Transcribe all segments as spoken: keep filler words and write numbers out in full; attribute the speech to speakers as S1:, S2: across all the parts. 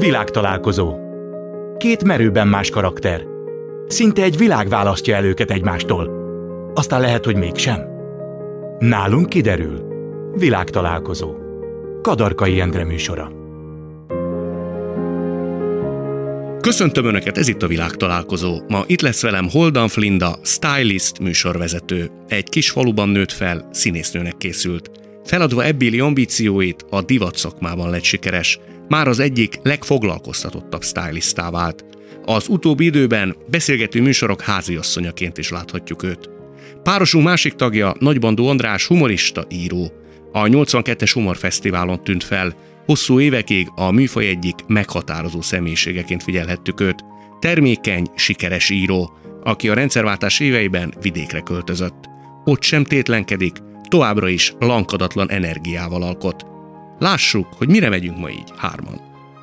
S1: Világtalálkozó. Két merőben más karakter. Szinte egy világ választja el őket egymástól. Aztán lehet, hogy mégsem. Nálunk kiderül. Világtalálkozó. Kadarkai Endre műsora.
S2: Köszöntöm Önöket, ez itt a Világtalálkozó. Ma itt lesz velem Holdan Flinda, stylist, műsorvezető. Egy kis faluban nőtt fel, színésznőnek készült. Feladva ebbéli ambícióit, a divat szakmában lett sikeres. Már az egyik legfoglalkoztatottabb stylistá vált. Az utóbbi időben beszélgető műsorok háziasszonyaként is láthatjuk őt. Párosunk másik tagja Nagybandó András, humorista, író. A nyolcvankettes Humorfesztiválon tűnt fel. Hosszú évekig a műfaj egyik meghatározó személyiségeként figyelhettük őt. Termékeny, sikeres író, aki a rendszerváltás éveiben vidékre költözött. Ott sem tétlenkedik, továbbra is lankadatlan energiával alkot. Lássuk, hogy mire megyünk ma így hárman.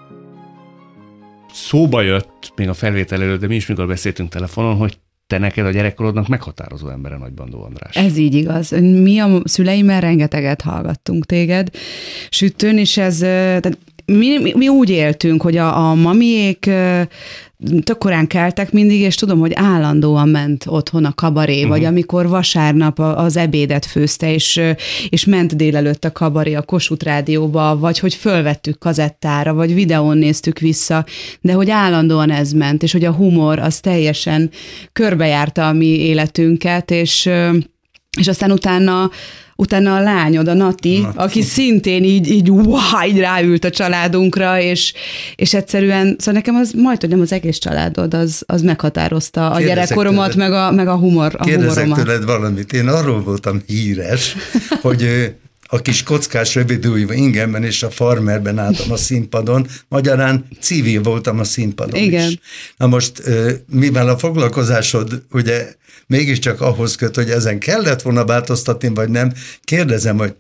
S2: Szóba jött még a felvétel előtt, de mi is mikor beszéltünk telefonon, hogy te neked a gyerekkorodnak meghatározó embere Nagybandó András.
S3: Ez így igaz. Mi a szüleimmel rengeteget hallgattunk téged sütőn, és ez, tehát mi, mi, mi úgy éltünk, hogy a, a mamiék tök korán keltek mindig, és tudom, hogy állandóan ment otthon a kabaré, uh-huh. vagy amikor vasárnap az ebédet főzte, és, és ment délelőtt a kabaré a Kossuth Rádióba, vagy hogy fölvettük kazettára, vagy videón néztük vissza, de hogy állandóan ez ment, és hogy a humor az teljesen körbejárta a mi életünket, és, és aztán utána Utána a lányod, a Nati, Nati. aki szintén így, így, uá, így ráült a családunkra, és, és egyszerűen, szóval nekem az majd, hogy nem az egész családod, az, az meghatározta a Kérdezek gyerekkoromat, meg a, meg a, humor, a
S4: Kérdezek
S3: humoromat.
S4: Kérdezek tőled valamit. Én arról voltam híres, hogy a kis kockás rövidújú ingemben és a farmerben álltam a színpadon, magyarán civil voltam a színpadon
S3: Igen.
S4: is. Na most, mivel a foglalkozásod ugye mégiscsak ahhoz köt, hogy ezen kellett volna változtatni, vagy nem, kérdezem, hogy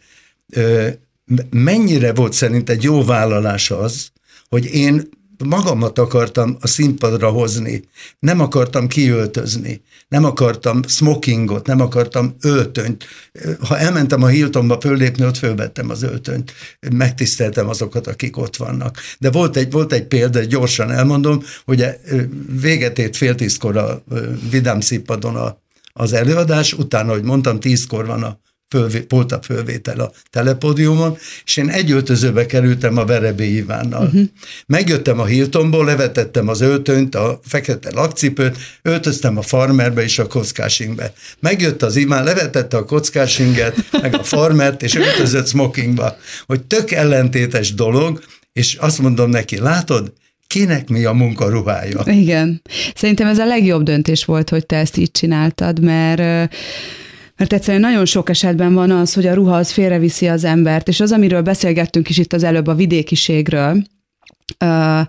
S4: mennyire volt szerint egy jó vállalás az, hogy én magamat akartam a színpadra hozni, nem akartam kiöltözni, nem akartam smokingot, nem akartam öltönyt. Ha elmentem a Hiltonba föllépni, ott fölvettem az öltönyt, megtiszteltem azokat, akik ott vannak. De volt egy, volt egy példa, gyorsan elmondom, hogy véget ért fél tízkor a Vidám színpadon a, az előadás, utána, hogy mondtam, tízkor van a Fölvé, volt a fölvétel a Telepódiumon, és én egy öltözőbe kerültem a Verebély Ivánnal. Uh-huh. Megjöttem a Hiltonból, levetettem az öltönyt, a fekete lakcipőt, öltöztem a farmerbe és a kockásingbe. Megjött az Iván, levetette a kockásinget, meg a farmert, és öltözött smokingba. Hogy tök ellentétes dolog, és azt mondom neki, látod, kinek mi a munkaruhája?
S3: Igen. Szerintem ez a legjobb döntés volt, hogy te ezt így csináltad, mert Mert egyszerűen nagyon sok esetben van az, hogy a ruha az félreviszi az embert, és az, amiről beszélgettünk is itt az előbb a vidékiségről, uh,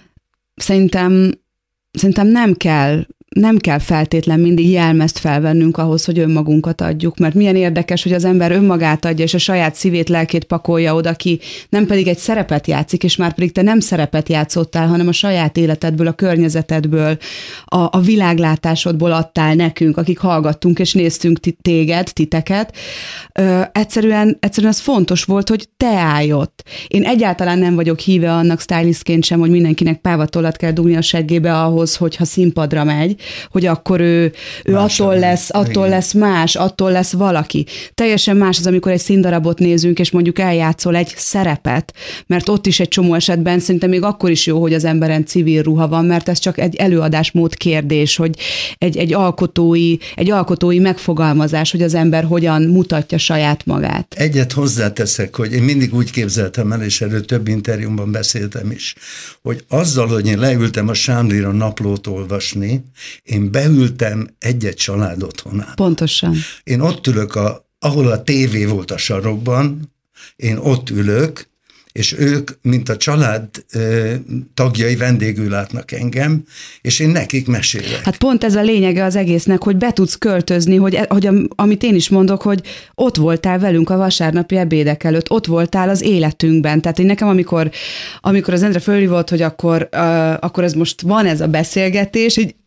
S3: szerintem, szerintem nem kell, nem kell feltétlen mindig jelmezt felvennünk ahhoz, hogy önmagunkat adjuk, mert milyen érdekes, hogy az ember önmagát adja, és a saját szívét, lelkét pakolja oda ki, nem pedig egy szerepet játszik, és már pedig te nem szerepet játszottál, hanem a saját életedből, a környezetedből, a, a világlátásodból adtál nekünk, akik hallgattunk és néztünk téged, titeket. Ö, egyszerűen, egyszerűen az fontos volt, hogy te állj ott. Én egyáltalán nem vagyok híve annak stylistként sem, hogy mindenkinek pávatollat kell dugni a seggébe ahhoz, hogyha színpadra megy, hogy akkor ő, ő attól, lesz, attól lesz más, attól lesz valaki. Teljesen más az, amikor egy színdarabot nézünk, és mondjuk eljátszol egy szerepet, mert ott is egy csomó esetben szerintem még akkor is jó, hogy az emberen civil ruha van, mert ez csak egy előadásmód kérdés, hogy egy, egy, alkotói, egy alkotói megfogalmazás, hogy az ember hogyan mutatja saját magát.
S4: Egyet hozzáteszek, hogy én mindig úgy képzeltem el, és erről több interjúmban beszéltem is, hogy azzal, hogy én leültem a Sándorra naplót olvasni, én beültem egy-egy család otthonán.
S3: Pontosan.
S4: Én ott ülök, a, ahol a tévé volt a sarokban, én ott ülök, és ők, mint a család ö, tagjai vendégül látnak engem, és én nekik mesélek.
S3: Hát pont ez a lényege az egésznek, hogy be tudsz költözni, hogy, hogy amit én is mondok, hogy ott voltál velünk a vasárnapi ebédek előtt, ott voltál az életünkben. Tehát én nekem, amikor, amikor az Endre fölhívott, hogy akkor, uh, akkor ez most van ez a beszélgetés, így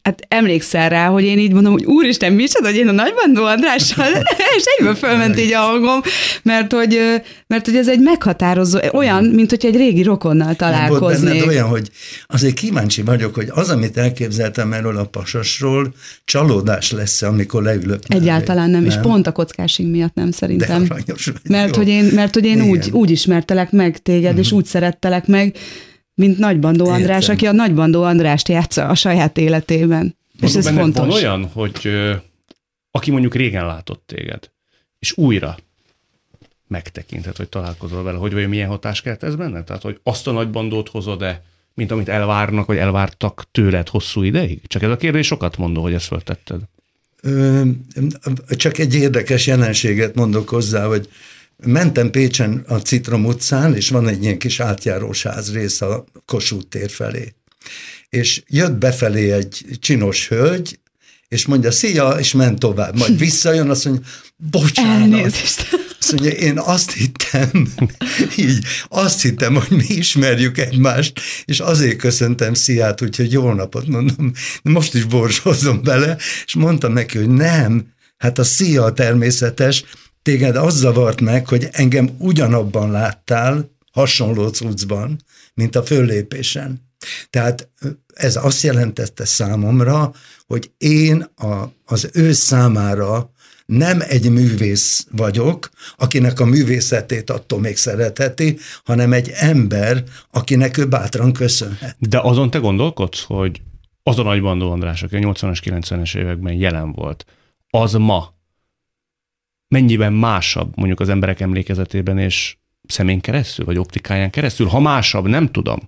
S3: hát emlékszel rá, hogy én így mondom, hogy úristen, micsoda, hogy én a Nagybandó Andrással, és egyből fölment így a hangom, mert hogy, mert hogy ez egy meghatározó, olyan, mint hogy egy régi rokonnal találkoznék.
S4: Volt benned olyan, hogy azért kíváncsi vagyok, hogy az, amit elképzeltem erről a pasasról, csalódás lesz, amikor leülök.
S3: Egyáltalán nem, nem, és pont a kockásing miatt nem szerintem.
S4: De aranyos vagy,
S3: mert, hogy én, mert hogy én úgy, úgy ismertelek meg téged, uh-huh. és úgy szerettelek meg, mint Nagybandó András, Értem. Aki a Nagybandó Andrást játsza a saját életében.
S2: Van,
S3: és ez fontos.
S2: Van olyan, hogy ö, aki mondjuk régen látott téged, és újra megtekinthet, hogy találkozol vele, hogy vagy milyen hatás kelt ez benne? Tehát, hogy azt a Nagybandót hozod-e, mint amit elvárnak, vagy elvártak tőled hosszú ideig? Csak ez a kérdés sokat mondó, hogy ezt föltetted.
S4: Ö, csak egy érdekes jelenséget mondok hozzá, hogy mentem Pécsen a Citrom utcán, és van egy ilyen kis átjárós házrész a Kossuth tér felé. És jött befelé egy csinos hölgy, és mondja, szia, és ment tovább. Majd visszajön, azt mondja, bocsánat.
S3: Elnézést.
S4: Azt mondja, én azt hittem, így, azt hittem, hogy mi ismerjük egymást, és azért köszöntem sziát, úgyhogy jó napot mondom, most is borsózom bele, és mondtam neki, hogy nem, hát a szia természetes, téged az zavart meg, hogy engem ugyanabban láttál, hasonló cuccban, mint a föllépésen. Tehát ez azt jelentette számomra, hogy én a, az ő számára nem egy művész vagyok, akinek a művészetét attól még szeretheti, hanem egy ember, akinek ő bátran köszönhet.
S2: De azon te gondolkodsz, hogy az a Nagybandó András, aki a nyolcvanas, kilencvenes években jelen volt, az ma mennyiben másabb mondjuk az emberek emlékezetében és szemén keresztül, vagy optikáján keresztül? Ha másabb, nem tudom.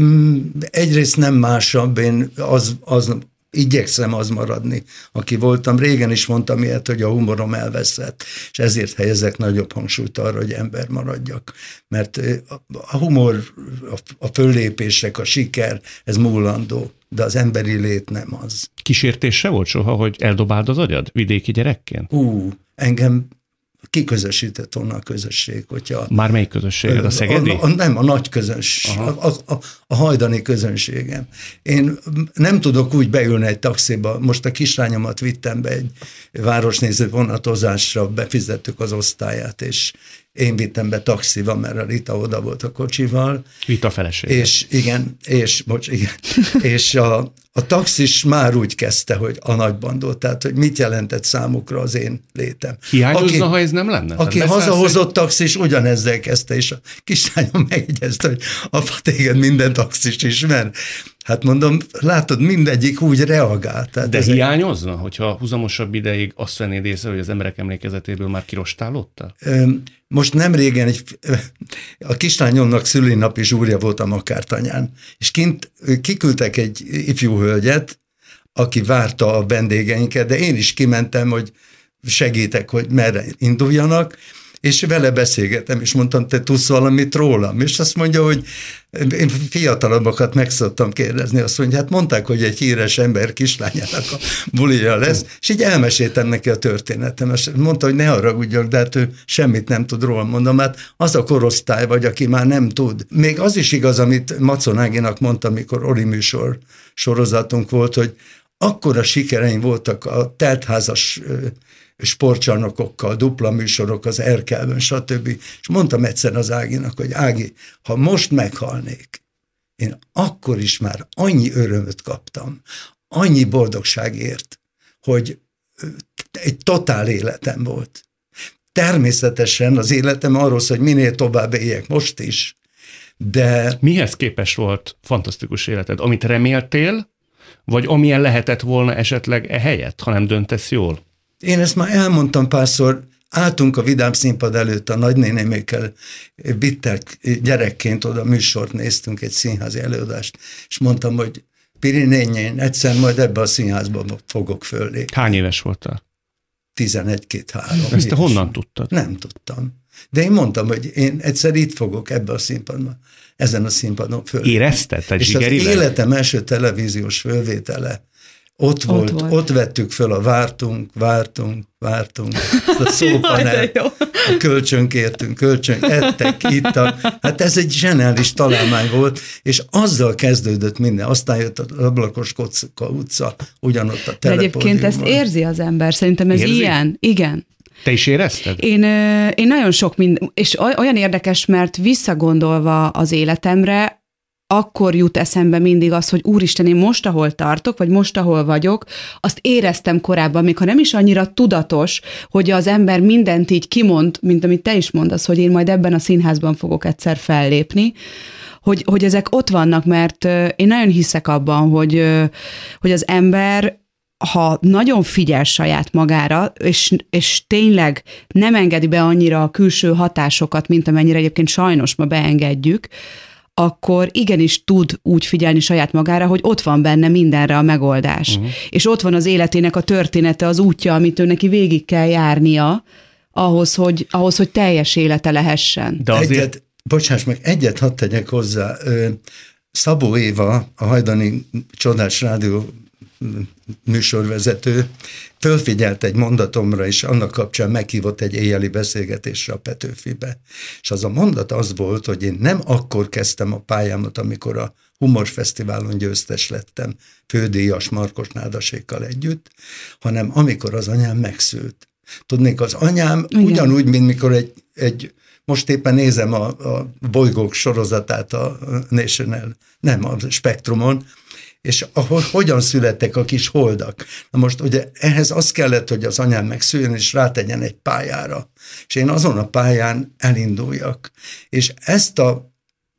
S4: Egyrészt nem másabb, én az, az, igyekszem az maradni, aki voltam. Régen is mondtam ilyet, hogy a humorom elveszett, és ezért helyezek nagyobb hangsúlyt arra, hogy ember maradjak. Mert a humor, a föllépések, a siker, ez múlandó, de az emberi lét nem az.
S2: Kísértés se volt soha, hogy eldobáld az agyad vidéki gyerekként?
S4: Ú, engem kiközösített volna a közösség, hogyha...
S2: Már melyik közösséged? A szegedi?
S4: A, a, nem, a nagy közönség, a, a, a hajdani közönségem. Én nem tudok úgy beülni egy taxiba, most a kislányomat vittem be egy városnéző vonatozásra, befizettük az osztályát, és én vittem be taxiba, mert a Rita oda volt a kocsival.
S2: Rita felesége.
S4: És igen, és, bocs, igen, és a, a taxis már úgy kezdte, hogy a Nagybandó, tehát hogy mit jelentett számukra az én létem.
S2: Hiányozna, aki, ha ez nem lenne?
S4: Aki hazahozott taxis ugyanezzel kezdte, és a kislányom megjegyezte, hogy apa, téged minden taxis ismer. Hát mondom, látod, mindegyik úgy reagál. Tehát
S2: de hiányozna, egy... hogyha húzamosabb ideig azt vennéd észre, hogy az emberek emlékezetéből már kirostálódtál?
S4: Most nem régen egy, a kislányomnak szülinapi zsúrja volt a Makártanyán, és kint kiküldtek egy ifjú hölgyet, aki várta a vendégeinket, de én is kimentem, hogy segítek, hogy merre induljanak, és vele beszélgetem, és mondtam, te tudsz valamit rólam? És azt mondja, hogy én fiatalabbakat meg szoktam kérdezni, azt mondja, hát mondták, hogy egy híres ember kislányának a bulija lesz, és így elmeséltem neki a történetem, és mondta, hogy ne haragudjak, de hát ő semmit nem tud róla, mondom, hát az a korosztály vagy, aki már nem tud. Még az is igaz, amit Macon Áginak mondta, amikor Oli műsor sorozatunk volt, hogy akkora sikereim voltak a teltházas sportcsarnokokkal, dupla műsorok az Erkelben, stb. És mondtam egyszer az Áginak, hogy Ági, ha most meghalnék, én akkor is már annyi örömöt kaptam, annyi boldogságért, hogy egy totál életem volt. Természetesen az életem arról szól, hogy minél tovább éljek most is, de...
S2: Mihez képes volt fantasztikus életed? Amit reméltél, vagy amilyen lehetett volna esetleg e helyett, ha nem döntesz jól?
S4: Én ezt már elmondtam párszor, álltunk a Vidám Színpad előtt, a nagynénémékkel vittek gyerekként oda, műsort néztünk, egy színházi előadást, és mondtam, hogy Piri nényén, egyszer majd ebbe a színházba fogok föllépni.
S2: Hány éves voltál?
S4: tizenegy, két, három.
S2: Ezt te honnan tudtad?
S4: Nem tudtam. De én mondtam, hogy én egyszer itt fogok ebbe a színpadba, ezen a színpadon föllépni.
S2: Érezted? Tehát
S4: és
S2: zsigerileg?
S4: az életem első televíziós fölvétele Ott volt,
S3: ott volt,
S4: ott vettük föl a vártunk, vártunk, vártunk, a szópanel, a kölcsönkértünk, kölcsön, ettek, ittak. Hát ez egy zseniális találmány volt, és azzal kezdődött minden. Aztán jött az Ablakos Kocka utca, ugyanott a telepódiumban.
S3: Egyébként ezt érzi az ember, szerintem ez
S2: Érzi?
S3: ilyen. Igen.
S2: Te is érezted?
S3: Én, én nagyon sok minden, és olyan érdekes, mert visszagondolva az életemre, akkor jut eszembe mindig az, hogy úristen, én most, ahol tartok, vagy most, ahol vagyok, azt éreztem korábban, még ha nem is annyira tudatos, hogy az ember mindent így kimond, mint amit te is mondasz, hogy én majd ebben a színházban fogok egyszer fellépni, hogy, hogy ezek ott vannak, mert én nagyon hiszek abban, hogy, hogy az ember, ha nagyon figyel saját magára, és, és tényleg nem engedi be annyira a külső hatásokat, mint amennyire egyébként sajnos ma beengedjük, akkor igenis tud úgy figyelni saját magára, hogy ott van benne mindenre a megoldás. Uh-huh. És ott van az életének a története, az útja, amit ő neki végig kell járnia, ahhoz, hogy, ahhoz, hogy teljes élete lehessen.
S4: De azért... Egyet, bocsáss meg, egyet hadd tegyek hozzá. Szabó Éva, a Hajdani Csodás Rádió műsorvezető, fölfigyelt egy mondatomra, és annak kapcsán meghívott egy éjjeli beszélgetésre a Petőfibe. És az a mondat az volt, hogy én nem akkor kezdtem a pályámat, amikor a Humorfesztiválon győztes lettem, fődíjas Markos Nádasékkal együtt, hanem amikor az anyám megszült. Tudnék, az anyám igen. ugyanúgy, mint mikor egy, egy most éppen nézem a, a bolygók sorozatát a National, nem, a Spektrumon, és ahol hogyan születtek a kis holdak. Na most ugye ehhez az kellett, hogy az anyám megszüljön, és rátegyen egy pályára. És én azon a pályán elinduljak. És ezt a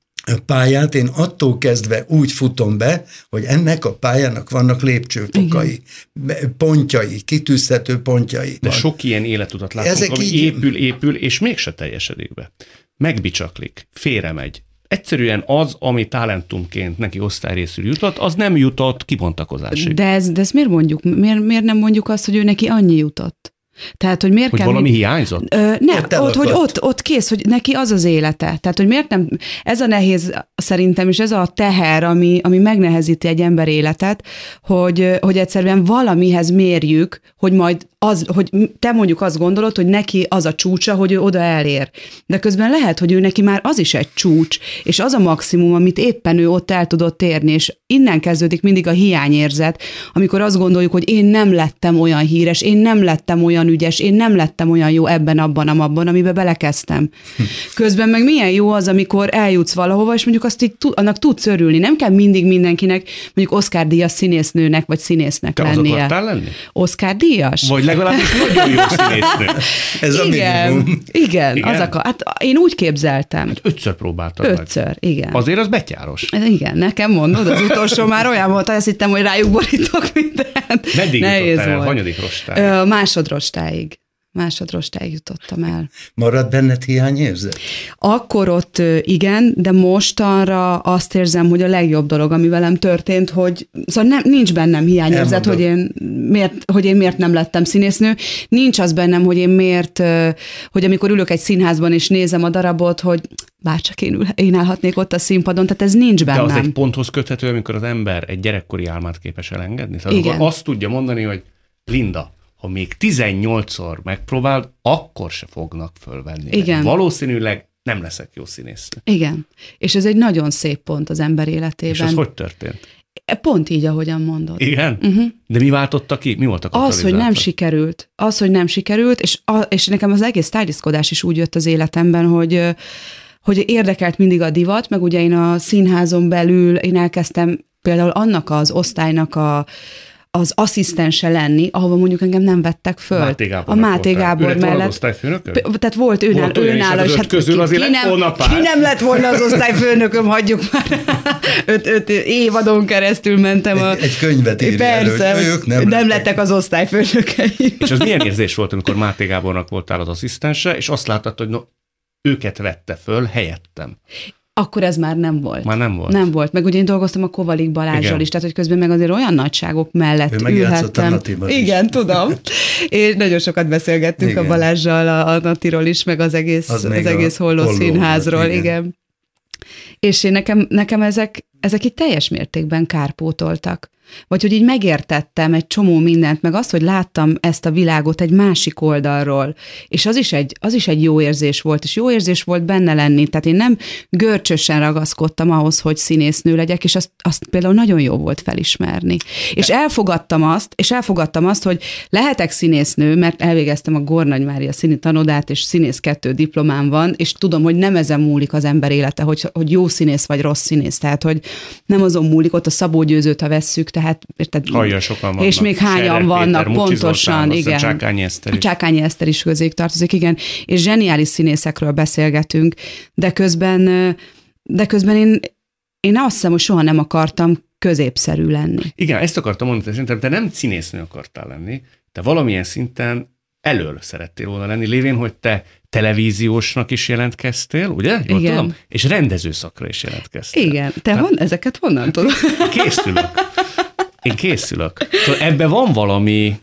S4: pályát én attól kezdve úgy futom be, hogy ennek a pályának vannak lépcsőfokai, igen. pontjai, kitűzhető pontjai.
S2: De sok ilyen életutat látunk, ezek ami így... épül, épül, és mégse teljesedik be. Megbicsaklik, félremegy. Egyszerűen az, ami talentumként neki osztályrészül jutott, az nem jutott kibontakozásig.
S3: De, ez, de ezt miért mondjuk? Miért, miért nem mondjuk azt, hogy ő neki annyi jutott? Tehát, hogy miért
S2: hogy
S3: kell...
S2: valami mi... hiányzott?
S3: Ö, nem, ott, ott hogy ott, ott kész, hogy neki az az élete. Tehát, hogy miért nem... Ez a nehéz szerintem, és ez a teher, ami, ami megnehezíti egy ember életet, hogy, hogy egyszerűen valamihez mérjük, hogy majd az, hogy te mondjuk azt gondolod, hogy neki az a csúcsa, hogy ő oda elér. De közben lehet, hogy ő neki már az is egy csúcs, és az a maximum, amit éppen ő ott el tudott érni, és innen kezdődik mindig a hiányérzet, amikor azt gondoljuk, hogy én nem lettem olyan híres, én nem lettem olyan ügyes, én nem lettem olyan jó ebben, abban, abban, amiben belekezdtem. Közben meg milyen jó az, amikor eljutsz valahova, és mondjuk azt így, annak tudsz örülni. Nem kell mindig mindenkinek mondjuk Oscar-díjas színésznőnek, vagy színésznek
S2: te
S3: lennie.
S2: Te az akartál lenni?
S3: Oscar-díjas?
S2: Vagy legalábbis nagyon jó színésznő.
S4: Ez
S3: igen,
S4: a minimum.
S3: Igen, igen. Az akar, hát én úgy képzeltem.
S2: Hát ötször próbáltam
S3: Ötször, meg. Igen.
S2: Azért az betyáros.
S3: Igen, nekem mondod, az utolsó már olyan volt, hogy azt hittem, hogy rájuk borítok mindent.
S2: Meddig jutottál el? Hanyadik rostáig?
S3: Másodrostáig. Másodrostáig jutottam el.
S4: Marad benned hiányérzet?
S3: Akkor ott igen, de mostanra azt érzem, hogy a legjobb dolog, ami velem történt, hogy szóval nem, nincs bennem hiányérzet, hogy én, miért, hogy én miért nem lettem színésznő. Nincs az bennem, hogy én miért, hogy amikor ülök egy színházban és nézem a darabot, hogy bárcsak én, ül, én állhatnék ott a színpadon, tehát ez nincs bennem.
S2: De az egy ponthoz köthető, amikor az ember egy gyerekkori álmát képes elengedni. Tehát igen. Akkor azt tudja mondani, hogy Linda, ha még tizennyolcszor megpróbáld, akkor se fognak fölvenni.
S3: Igen.
S2: Valószínűleg nem leszek jó színésznő.
S3: Igen. És ez egy nagyon szép pont az ember életében.
S2: És ez hogy történt?
S3: Pont így, ahogyan mondod.
S2: Igen? Uh-huh. De mi váltotta ki? Mi volt a katalizátor?
S3: Az, hogy nem sikerült. Az, hogy nem sikerült, és, a, és nekem az egész stylistkodás is úgy jött az életemben, hogy, hogy érdekelt mindig a divat, meg ugye én a színházon belül, én elkezdtem például annak az osztálynak a az asszisztense lenni, ahova mondjuk engem nem vettek föl.
S2: Máté Gábor
S3: a Máté Gábor
S2: mellett.
S3: Volt
S2: az osztályfőnökön?
S3: Tehát volt őnál,
S2: volt
S3: őnál, és hát
S2: közül
S3: ki, ki, nem, ki nem lett volna az osztályfőnököm, hagyjuk már. öt, öt évadon keresztül mentem. A,
S4: egy, egy könyvet írja
S3: persze,
S4: elő, ők nem,
S3: nem
S4: lettek.
S3: lettek az osztályfőnökei.
S2: És az milyen érzés volt, amikor Máté Gábornak voltál az asszisztense, és azt láttad, hogy no, őket vette föl helyettem.
S3: Akkor ez már nem volt.
S2: Már nem volt.
S3: Nem volt. Meg ugye én dolgoztam a Kovalik Balázsral igen. is, tehát hogy közben meg azért olyan nagyságok mellett ő ülhettem. Igen, tudom. És nagyon sokat beszélgettünk igen. a Balázsral, a, a Natiról is, meg az egész, az az egész Holló, Holló Színházról. Igen. igen. És én nekem, nekem ezek, ezek itt teljes mértékben kárpótoltak. Vagy hogy így megértettem egy csomó mindent, meg azt, hogy láttam ezt a világot egy másik oldalról, és az is egy, az is egy jó érzés volt, és jó érzés volt benne lenni, tehát én nem görcsösen ragaszkodtam ahhoz, hogy színésznő legyek, és azt, azt például nagyon jó volt felismerni. De. És elfogadtam azt, és elfogadtam azt, hogy lehetek színésznő, mert elvégeztem a Gornagy Mária színi tanodát, és színész kettő diplomám van, és tudom, hogy nem ezen múlik az ember élete, hogy, hogy jó színész vagy rossz színész, tehát hogy nem azon múlik, ott a Szabó Győzőt, ha vesszük, tehát érted,
S2: Olyan sokan vannak.
S3: és még hányan
S2: Serer
S3: vannak,
S2: Péter,
S3: pontosan,
S2: Zoltán,
S3: igen.
S2: A Csákányi Eszter is.
S3: A Csákányi Eszter is közéig tartozik, igen, és zseniális színészekről beszélgetünk, de közben, de közben én, én azt hiszem, hogy soha nem akartam középszerű lenni.
S2: Igen, ezt akartam mondani, szerintem te nem színésznő akartál lenni, te valamilyen szinten elől szerettél volna lenni, lévén, hogy te televíziósnak is jelentkeztél, ugye? Jól
S3: igen.
S2: tudom? És rendezőszakra is jelentkeztél.
S3: Igen. Te
S2: Tehát...
S3: hon, ezeket honnan tudod?
S2: Készülök. Én készülök. Szóval ebben van valami,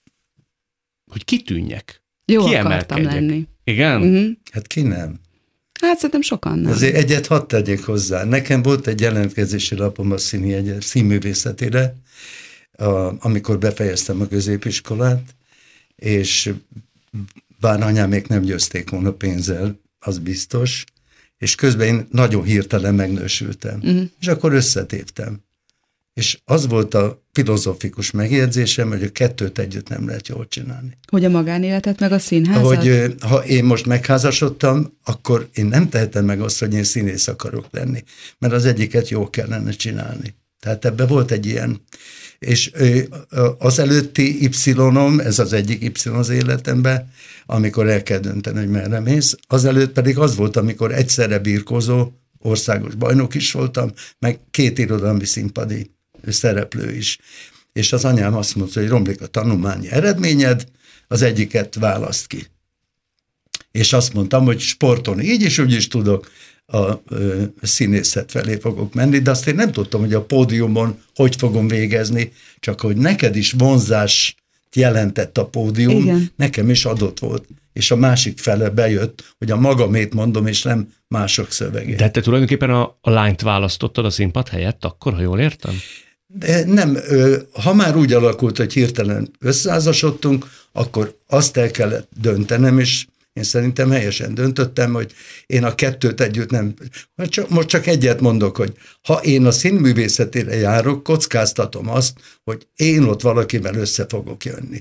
S2: hogy kitűnjek.
S3: Jó akartam lenni.
S2: Igen?
S3: Uh-huh.
S4: Hát ki nem?
S3: Hát szerintem sokan nem.
S4: Azért egyet hadd tegyek hozzá. Nekem volt egy jelentkezési lapom a színi egy, színművészetére, a, amikor befejeztem a középiskolát, és bár anyám még nem győzték volna pénzzel, az biztos, és közben én nagyon hirtelen megnősültem. Uh-huh. És akkor összetéptem. És az volt a filozófikus megjegyzésem, hogy a kettőt együtt nem lehet jól csinálni.
S3: Hogy a magánéletet meg a színházat?
S4: Hogy ha én most megházasodtam, akkor én nem tehetem meg azt, hogy én színész akarok lenni, mert az egyiket jól kellene csinálni. Tehát ebben volt egy ilyen. És az előtti Y-om, ez az egyik Y az életemben, amikor el kell dönteni, hogy merre mész, azelőtt pedig az volt, amikor egyszerre birkózó, országos bajnok is voltam, meg két irodalmi színpadi szereplő is. És az anyám azt mondta, hogy romlik a tanulmányi eredményed, az egyiket választ ki. És azt mondtam, hogy sporton így is, úgy is tudok, a ö, színészet felé fogok menni, de azt én nem tudtam, hogy a pódiumon hogy fogom végezni, csak hogy neked is vonzás jelentett a pódium, igen. Nekem is adott volt. És a másik fele bejött, hogy a magamét mondom, és nem mások szövegét.
S2: De te tulajdonképpen a, a lányt választottad a színpad helyett akkor, ha jól értem?
S4: De nem, ha már úgy alakult, hogy hirtelen összeházasodtunk, akkor azt el kellett döntenem, és én szerintem helyesen döntöttem, hogy én a kettőt együtt nem... Most csak egyet mondok, hogy ha én a színművészetére járok, kockáztatom azt, hogy én ott valakivel össze fogok jönni.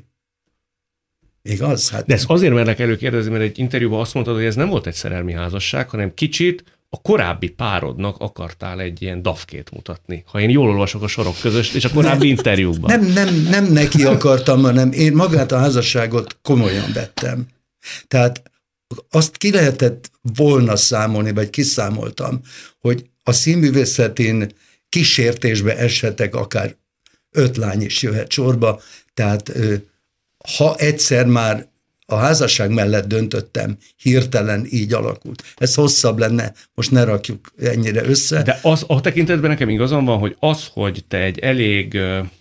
S4: Igaz? Hát...
S2: De ezt azért merlek előkérdezni, mert egy interjúban azt mondtad, hogy ez nem volt egy szerelmi házasság, hanem kicsit a korábbi párodnak akartál egy ilyen dafkét mutatni. Ha én jól olvasok a sorok között, és a korábbi interjúkban.
S4: Nem, nem, nem neki akartam, hanem én magát a házasságot komolyan vettem. Tehát azt ki lehetett volna számolni, vagy kiszámoltam, hogy a színművészetén kísértésbe esetek, akár öt lány is jöhet sorba, tehát ha egyszer már a házasság mellett döntöttem, hirtelen így alakult. Ez hosszabb lenne, most ne rakjuk ennyire össze.
S2: De az, a tekintetben nekem igazam van, hogy az, hogy te egy elég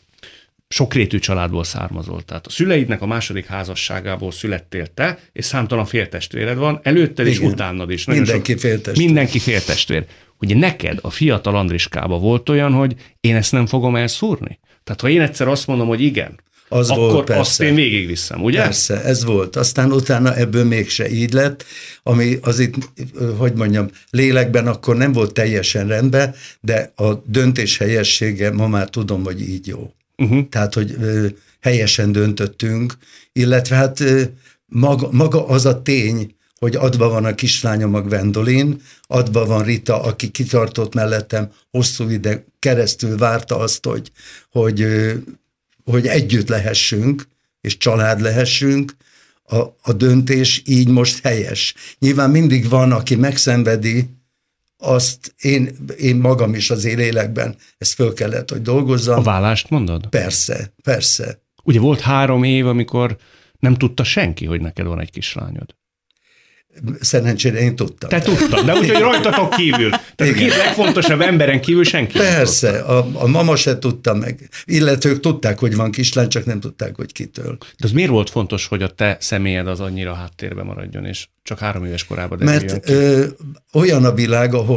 S2: sokrétű családból származol. Tehát a szüleidnek a második házasságából születtél te, és számtalan féltestvéred van, előtted és utánad is.
S4: Mindenki sok, féltestvér.
S2: Mindenki féltestvér. Ugye neked a fiatal Andriskában volt olyan, hogy én ezt nem fogom elszúrni? Tehát ha én egyszer azt mondom, hogy igen,
S4: az
S2: akkor
S4: volt, persze.
S2: Azt én végigviszem, ugye?
S4: Persze, ez volt. Aztán utána ebből mégse így lett, ami az itt, hogy mondjam, lélekben akkor nem volt teljesen rendben, de a döntés helyessége ma már tudom, hogy így jó. Uh-huh. Tehát, hogy ö, helyesen döntöttünk, illetve hát ö, maga, maga az a tény, hogy adva van a kislányom a Gwendolyn, adva van Rita, aki kitartott mellettem, hosszú ide keresztül várta azt, hogy, hogy, ö, hogy együtt lehessünk, és család lehessünk, a, a döntés így most helyes. Nyilván mindig van, aki megszenvedi, azt én, én magam is az én lélekben ezt föl kellett, hogy dolgozzam.
S2: A vállást mondod?
S4: Persze, persze.
S2: Ugye volt három év, amikor nem tudta senki, hogy neked van egy kislányod.
S4: Szerencsére én tudtam.
S2: Te tudtad, de úgyhogy rajtatok kívül. Tehát a két legfontosabb emberen kívül senki.
S4: Persze, a, a mama se tudta meg. Illetve ők tudták, hogy van kislány, csak nem tudták, hogy kitől.
S2: De az miért volt fontos, hogy a te személyed az annyira háttérbe maradjon, és csak három éves korában derüljön
S4: Mert ö, olyan a világ, ahol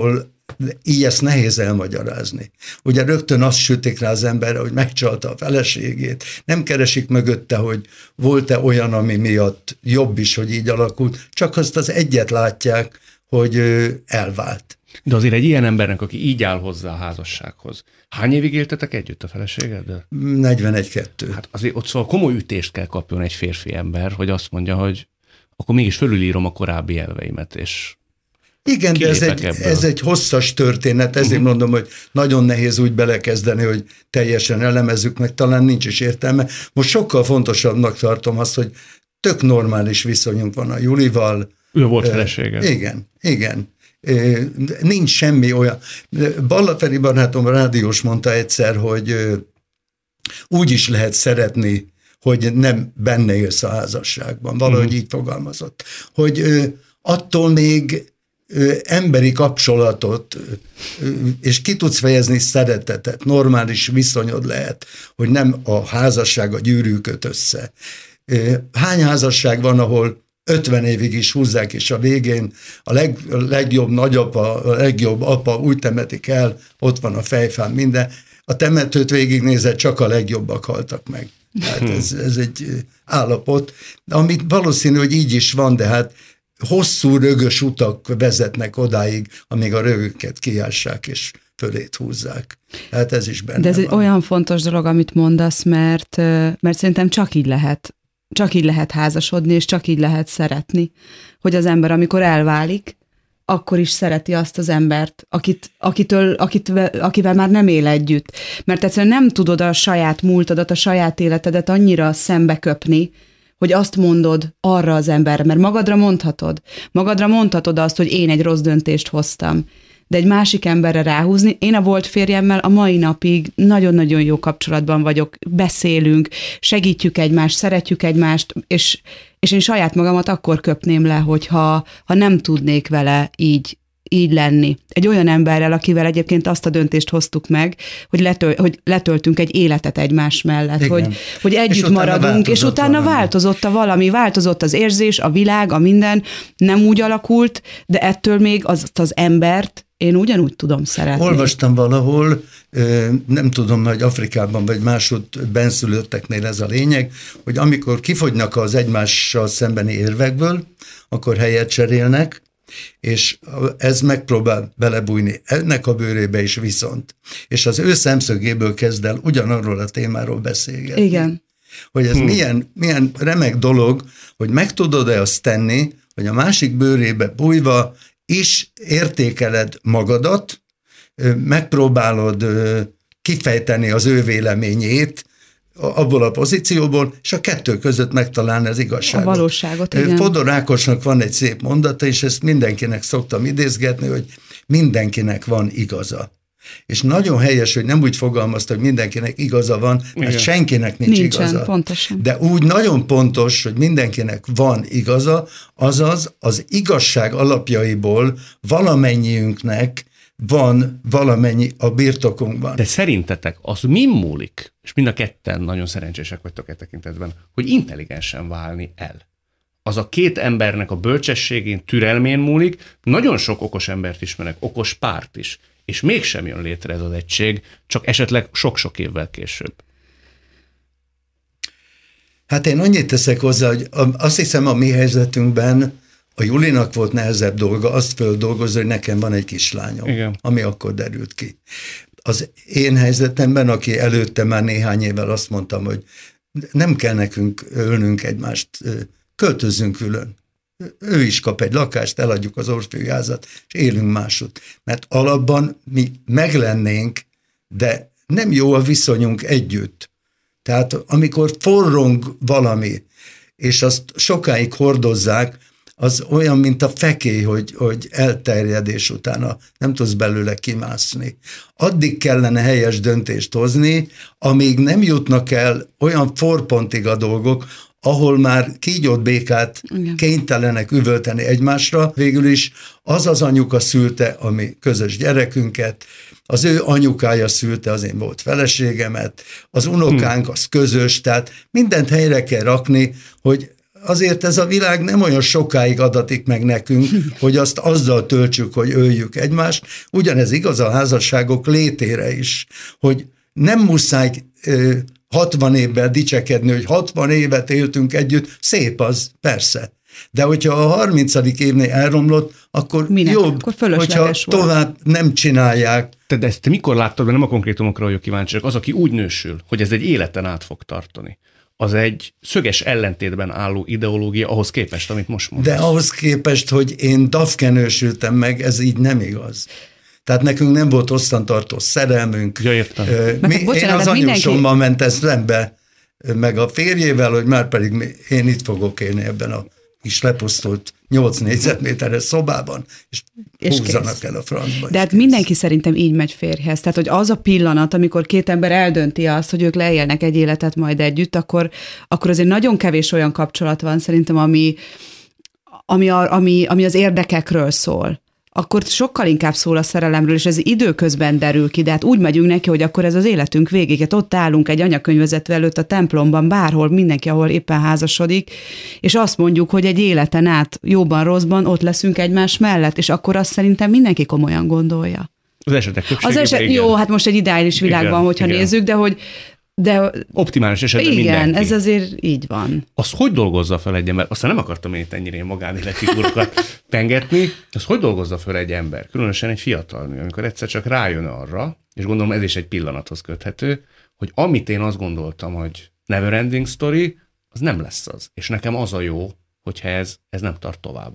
S4: így ezt nehéz elmagyarázni. Ugye rögtön azt sütik rá az emberre, hogy megcsalta a feleségét, nem keresik mögötte, hogy volt-e olyan, ami miatt jobb is, hogy így alakult, csak azt az egyet látják, hogy elvált.
S2: De azért egy ilyen embernek, aki így áll hozzá a házassághoz, hány évig éltetek együtt a feleségeddel?
S4: negyvenegy kettő.
S2: Hát azért ott szóval komoly ütést kell kapjon egy férfi ember, hogy azt mondja, hogy akkor mégis fölülírom a korábbi elveimet, és
S4: igen, de ez egy, ez egy hosszas történet, ezért uh-huh. mondom, hogy nagyon nehéz úgy belekezdeni, hogy teljesen elemezzük meg, talán nincs is értelme. Most sokkal fontosabbnak tartom azt, hogy tök normális viszonyunk van a Julival.
S2: Ő volt felesége.
S4: Uh, igen, igen. Uh, nincs semmi olyan. Balla Feri barátom rádiós mondta egyszer, hogy uh, úgy is lehet szeretni, hogy nem benne élsz a házasságban. Valahogy uh-huh. így fogalmazott. Hogy uh, attól még emberi kapcsolatot, és ki tudsz fejezni szeretetet, normális viszonyod lehet, hogy nem a házasság a gyűrű köt össze. Hány házasság van, ahol ötven évig is húzzák, és a végén a leg, legjobb nagyapa, a legjobb apa úgy temetik el, ott van a fejfán minden. A temetőt végignézett, csak a legjobbak haltak meg. Hát ez, ez egy állapot, amit valószínű, hogy így is van, de hát hosszú rögös utak vezetnek odáig, amíg a rögöket kiássák és fölét húzzák. Hát ez is benne
S3: De ez
S4: van.
S3: egy olyan fontos dolog, amit mondasz, mert, mert szerintem csak így lehet, csak így lehet házasodni, és csak így lehet szeretni, hogy az ember, amikor elválik, akkor is szereti azt az embert, akit, akitől, akit, akivel már nem él együtt. Mert egyszerűen nem tudod a saját múltadat, a saját életedet annyira szembeköpni, hogy azt mondod arra az emberre, mert magadra mondhatod. Magadra mondhatod azt, hogy én egy rossz döntést hoztam. De egy másik emberre ráhúzni, én a volt férjemmel a mai napig nagyon-nagyon jó kapcsolatban vagyok, beszélünk, segítjük egymást, szeretjük egymást, és, és én saját magamat akkor köpném le, hogyha ha nem tudnék vele így, így lenni. Egy olyan emberrel, akivel egyébként azt a döntést hoztuk meg, hogy, letöl, hogy letöltünk egy életet egymás mellett, hogy, hogy együtt és maradunk, és utána valami. Változott a valami, változott az érzés, a világ, a minden, nem úgy alakult, de ettől még azt az embert én ugyanúgy tudom szeretni.
S4: Olvastam valahol, nem tudom, hogy Afrikában vagy máshogy benszülötteknél ez a lényeg, hogy amikor kifogynak az egymással szembeni érvekből, akkor helyet cserélnek, és ez megpróbál belebújni ennek a bőrébe is viszont. És az ő szemszögéből kezd el ugyanarról a témáról beszélgetni.
S3: Igen.
S4: Hogy ez hmm. milyen, milyen remek dolog, hogy meg tudod-e azt tenni, hogy a másik bőrébe bújva is értékeled magadat, megpróbálod kifejteni az ő véleményét abból a pozícióból, és a kettő között megtalálni az igazságot.
S3: A valóságot, igen.
S4: Fodor Ákosnak van egy szép mondata, és ezt mindenkinek szoktam idézgetni, hogy mindenkinek van igaza. És nagyon helyes, hogy nem úgy fogalmazta, hogy mindenkinek igaza van, mert igen. senkinek nincs
S3: Nincsen,
S4: igaza.
S3: Pontosan.
S4: De úgy nagyon pontos, hogy mindenkinek van igaza, azaz az igazság alapjaiból valamennyiünknek van valamennyi a birtokunkban.
S2: De szerintetek az min múlik, és mind a ketten nagyon szerencsések vagytok e tekintetben, hogy intelligensen válni el? Az a két embernek a bölcsességén, türelmén múlik, nagyon sok okos embert ismerek, okos párt is, és mégsem jön létre ez az egység, csak esetleg sok-sok évvel később.
S4: Hát én annyit teszek hozzá, hogy azt hiszem a mi helyzetünkben a Julinak volt nehezebb dolga azt földolgozni, hogy nekem van egy kislányom, igen. ami akkor derült ki. Az én helyzetemben, aki előtte már néhány évvel azt mondtam, hogy nem kell nekünk ölnünk egymást, költözzünk külön. Ő is kap egy lakást, eladjuk az Orfűi házat, és élünk máshogy. Mert alapban mi meglennénk, de nem jó a viszonyunk együtt. Tehát amikor forrong valami, és azt sokáig hordozzák, az olyan, mint a fekély, hogy, hogy elterjed, és utána nem tudsz belőle kimászni. Addig kellene helyes döntést hozni, amíg nem jutnak el olyan forpontig a dolgok, ahol már kígyót békát igen. kénytelenek üvölteni egymásra. Végül is az az anyuka szülte a mi közös gyerekünket, az ő anyukája szülte az én volt feleségemet, az unokánk az közös, tehát mindent helyre kell rakni, hogy azért ez a világ nem olyan sokáig adatik meg nekünk, hogy azt azzal töltsük, hogy öljük egymást. Ugyanez igaz a házasságok létére is, hogy nem muszáj hatvan évvel dicsekedni, hogy hatvan évet éltünk együtt, szép az, persze. De hogyha a harmincadik évnél elromlott, akkor
S3: Minek?
S4: jobb,
S3: akkor
S4: hogyha
S3: volt.
S4: tovább nem csinálják.
S2: Te, de ezt te mikor láttad, mert nem a konkrétumokra vagyok kíváncsi, csak az, aki úgy nősül, hogy ez egy életen át fog tartani, az egy szöges ellentétben álló ideológia ahhoz képest, amit most mondasz.
S4: De ahhoz képest, hogy én dafken nősültem meg, ez így nem igaz. Tehát nekünk nem volt osztantartó szerelmünk.
S2: Ja, értem.
S4: Mi, én az anyósommal mentem szembe, meg a férjével, hogy már pedig én itt fogok élni ebben a kis lepusztult nyolc négyzetméteres szobában, és, és húzzanak kész el a francba.
S3: De hát kész. Mindenki szerintem így megy férjhez. Tehát, hogy az a pillanat, amikor két ember eldönti azt, hogy ők leélnek egy életet majd együtt, akkor, akkor azért nagyon kevés olyan kapcsolat van szerintem, ami, ami, a, ami, ami az érdekekről szól. Akkor sokkal inkább szól a szerelemről, és ez időközben derül ki, de hát úgy megyünk neki, hogy akkor ez az életünk végig. Hát ott állunk egy anyakönyvvezető előtt a templomban, bárhol, mindenki, ahol éppen házasodik, és azt mondjuk, hogy egy életen át, jóban, rosszban, ott leszünk egymás mellett, és akkor azt szerintem mindenki komolyan gondolja.
S2: Az esetek többségében,
S3: az eset, Jó, hát most egy ideális világban, igen, hogyha igen. nézzük, de hogy de
S2: optimális esetben
S3: igen,
S2: mindenki.
S3: Igen, ez azért így van.
S2: Azt hogy dolgozza fel egy ember? Aztán nem akartam én itt ennyire magánéleti구rokat pengetni. Azt hogy dolgozza fel egy ember? Különösen egy fiatal nő, amikor egyszer csak rájön arra, és gondolom ez is egy pillanathoz köthető, hogy amit én azt gondoltam, hogy never ending story, az nem lesz az. És nekem az a jó, hogyha ez, ez nem tart tovább.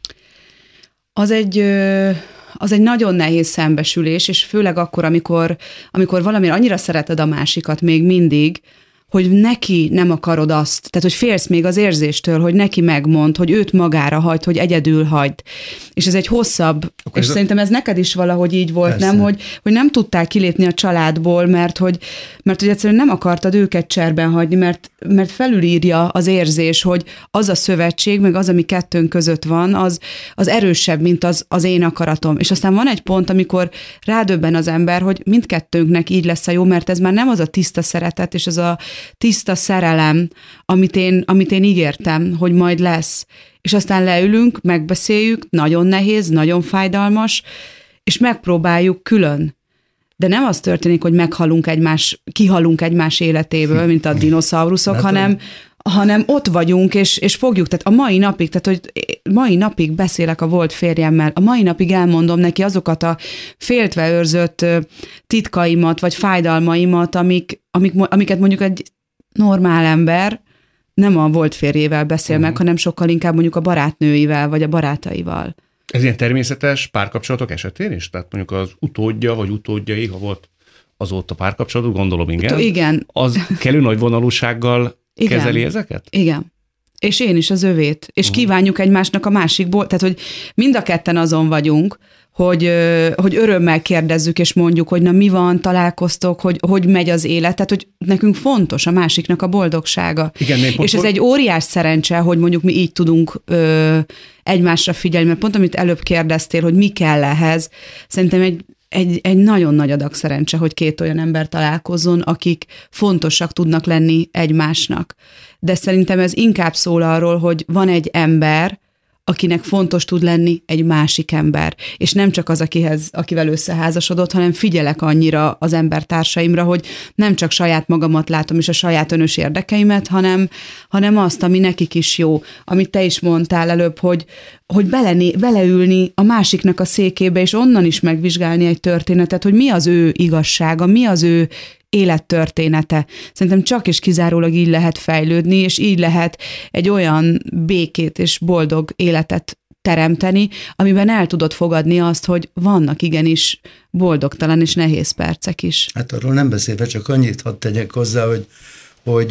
S3: Az egy... Ö... az egy nagyon nehéz szembesülés, és főleg akkor, amikor, amikor valamire annyira szereted a másikat még mindig, hogy neki nem akarod azt, tehát hogy félsz még az érzéstől, hogy neki megmond, hogy őt magára hagyd, hogy egyedül hagyd. És ez egy hosszabb, akkor és ez szerintem ez neked is valahogy így volt, persze. nem, hogy, hogy nem tudtál kilépni a családból, mert hogy, mert hogy egyszerűen nem akartad őket cserben hagyni, mert, mert felülírja az érzés, hogy az a szövetség, meg az, ami kettőnk között van, az, az erősebb, mint az, az én akaratom. És aztán van egy pont, amikor rádöbben az ember, hogy mindkettőnknek így lesz a jó, mert ez már nem az a tiszta szeretet, és az a tiszta szerelem, amit én, amit én ígértem, hogy majd lesz. És aztán leülünk, megbeszéljük, nagyon nehéz, nagyon fájdalmas, és megpróbáljuk külön. De nem az történik, hogy meghalunk egymás, kihalunk egymás életéből, mint a dinoszauruszok, hanem, hanem ott vagyunk, és, és fogjuk. Tehát a mai napig, tehát hogy mai napig beszélek a volt férjemmel, a mai napig elmondom neki azokat a féltve őrzött titkaimat, vagy fájdalmaimat, amik, amik, amiket mondjuk egy normál ember nem a volt férjével beszél uh-huh. meg, hanem sokkal inkább mondjuk a barátnőivel, vagy a barátaival. Ez
S2: ilyen természetes párkapcsolatok esetén is? Tehát mondjuk az utódja, vagy utódjai, ha volt azóta párkapcsolatot, gondolom, igen.
S3: Igen. Az
S2: kellő nagy vonalúsággal igen. kezeli ezeket?
S3: Igen. És én is az övét. És uh-huh. kívánjuk egymásnak a másikból, tehát hogy mind a ketten azon vagyunk, hogy, hogy örömmel kérdezzük, és mondjuk, hogy na mi van, találkoztok, hogy, hogy megy az élet, tehát hogy nekünk fontos a másiknak a boldogsága. Igen, és pont, ez egy óriás szerencse, hogy mondjuk mi így tudunk ö, egymásra figyelni, mert pont amit előbb kérdeztél, hogy mi kell ehhez, szerintem egy, egy, egy nagyon nagy adag szerencse, hogy két olyan ember találkozzon, akik fontosak tudnak lenni egymásnak. De szerintem ez inkább szól arról, hogy van egy ember, akinek fontos tud lenni egy másik ember. És nem csak az, akihez, akivel összeházasodott, hanem figyelek annyira az embertársaimra, hogy nem csak saját magamat látom, és a saját önös érdekeimet, hanem, hanem azt, ami nekik is jó. Amit te is mondtál előbb, hogy, hogy belené, beleülni a másiknak a székébe, és onnan is megvizsgálni egy történetet, hogy mi az ő igazsága, mi az ő élettörténete. Szerintem csak és kizárólag így lehet fejlődni, és így lehet egy olyan békét és boldog életet teremteni, amiben el tudod fogadni azt, hogy vannak igenis boldogtalan és nehéz percek is.
S4: Hát arról nem beszélve, csak annyit hadd tegyek hozzá, hogy, hogy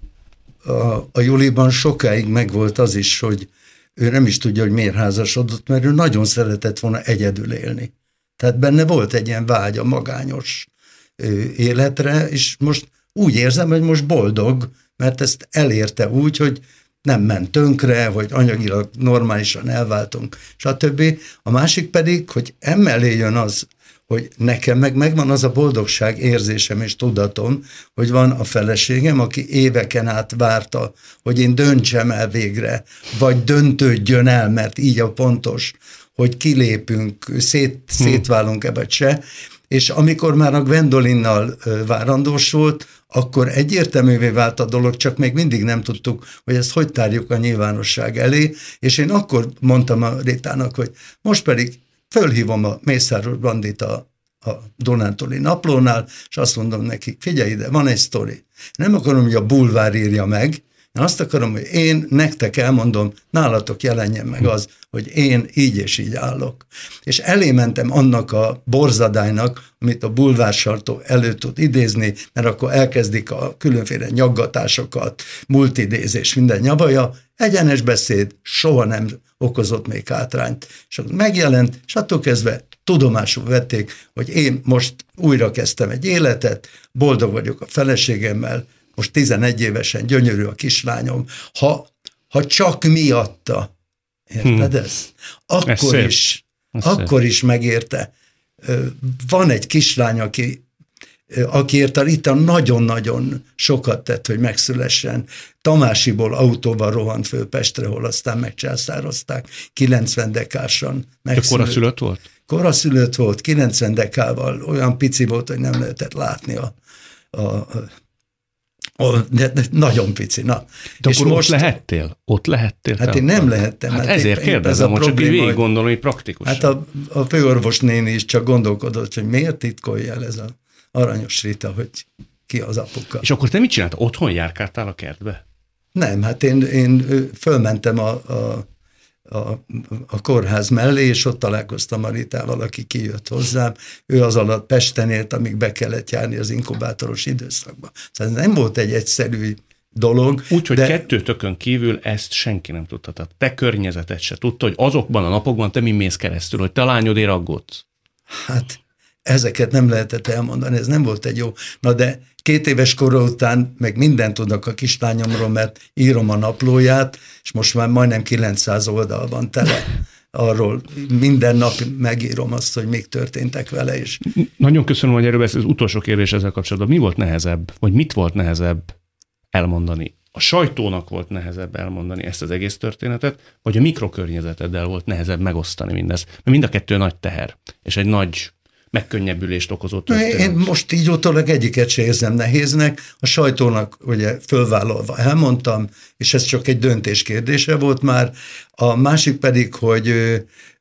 S4: a, a Juliban sokáig megvolt az is, hogy ő nem is tudja, hogy miért házasodott, mert ő nagyon szeretett volna egyedül élni. Tehát benne volt egy ilyen vágya, magányos életre, és most úgy érzem, hogy most boldog, mert ezt elérte úgy, hogy nem ment tönkre, vagy anyagilag normálisan elváltunk, stb. A másik pedig, hogy emellé jön az, hogy nekem meg megvan az a boldogság érzésem és tudatom, hogy van a feleségem, aki éveken át várta, hogy én döntsem el végre, vagy döntődjön el, mert így a pontos, hogy kilépünk, szét, hmm. szétválunk-e vagy se, és amikor már a Gwendolinnal várandós volt, akkor egyértelművé vált a dolog, csak még mindig nem tudtuk, hogy ezt hogy tárjuk a nyilvánosság elé, és én akkor mondtam a Ritának, hogy most pedig fölhívom a Mészáros Bandit a, a Dunántúli Naplónál, és azt mondom neki, figyelj ide, van egy sztori. Nem akarom, hogy a bulvár írja meg, én azt akarom, hogy én nektek elmondom, nálatok jelenjen meg az, hogy én így és így állok. És elé mentem annak a borzadálynak, amit a bulvársartó elő tud idézni, mert akkor elkezdik a különféle nyaggatásokat, multidézés, minden nyabaja, egyenes beszéd soha nem okozott még hátrányt. És akkor megjelent, és attól kezdve tudomásul vették, hogy én most újra kezdtem egy életet, boldog vagyok a feleségemmel, most tizenegy évesen gyönyörű a kislányom, ha, ha csak miatta, érted hmm. ezt? Akkor ez is, ez akkor szép. is megérte. Van egy kislány, aki, akiért a Rita nagyon-nagyon sokat tett, hogy megszülessen. Tamásiból autóval rohant föl Pestre, hol aztán megcsászározták, kilencven dekásan.
S2: De koraszülött volt?
S4: Koraszülött volt, kilencven dekával, olyan pici volt, hogy nem lehetett látni a, a, a Oh, de, de nagyon pici. Na.
S2: De és akkor most ott lehettél? Ott lehettél?
S4: Hát én nem lehettem.
S2: Hát,
S4: hát
S2: ezért
S4: én,
S2: kérdezem, hogy csak így végig gondolom, hogy praktikusan.
S4: Hát a, a főorvos néni is csak gondolkodott, hogy miért titkolja el ez az aranyos Rita, hogy ki az apuka.
S2: És akkor te mit csináltál? Otthon járkáltál a kertbe?
S4: Nem, hát én, én fölmentem a, a, a, a kórház mellé, és ott találkoztam a Ritával, aki kijött hozzám. Ő az alatt Pesten élt, amíg be kellett járni az inkubátoros időszakba. Szóval nem volt egy egyszerű dolog.
S2: Úgyhogy
S4: de...
S2: kettőtökön kívül ezt senki nem tudta. Tehát te környezeted se tudta, hogy azokban a napokban te mi mész keresztül, hogy te lányodért aggódsz.
S4: Hát ezeket nem lehetett elmondani, ez nem volt egy jó. Na de két éves kora után meg mindent tudok a kislányomról, mert írom a naplóját, és most már majdnem kilencszáz oldal van tele arról. Minden nap megírom azt, hogy még történtek vele is.
S2: Nagyon köszönöm, hogy erről beszélsz. Az utolsó kérdés ezzel kapcsolatban. Mi volt nehezebb, vagy mit volt nehezebb elmondani? A sajtónak volt nehezebb elmondani ezt az egész történetet, vagy a mikrokörnyezeteddel volt nehezebb megosztani mindezt? Mert mind a kettő nagy teher, és egy nagy megkönnyebbülést okozott.
S4: Én most így utólag egyiket se érzem nehéznek. A sajtónak ugye fölvállalva elmondtam, és ez csak egy döntés kérdése volt már. A másik pedig, hogy ö,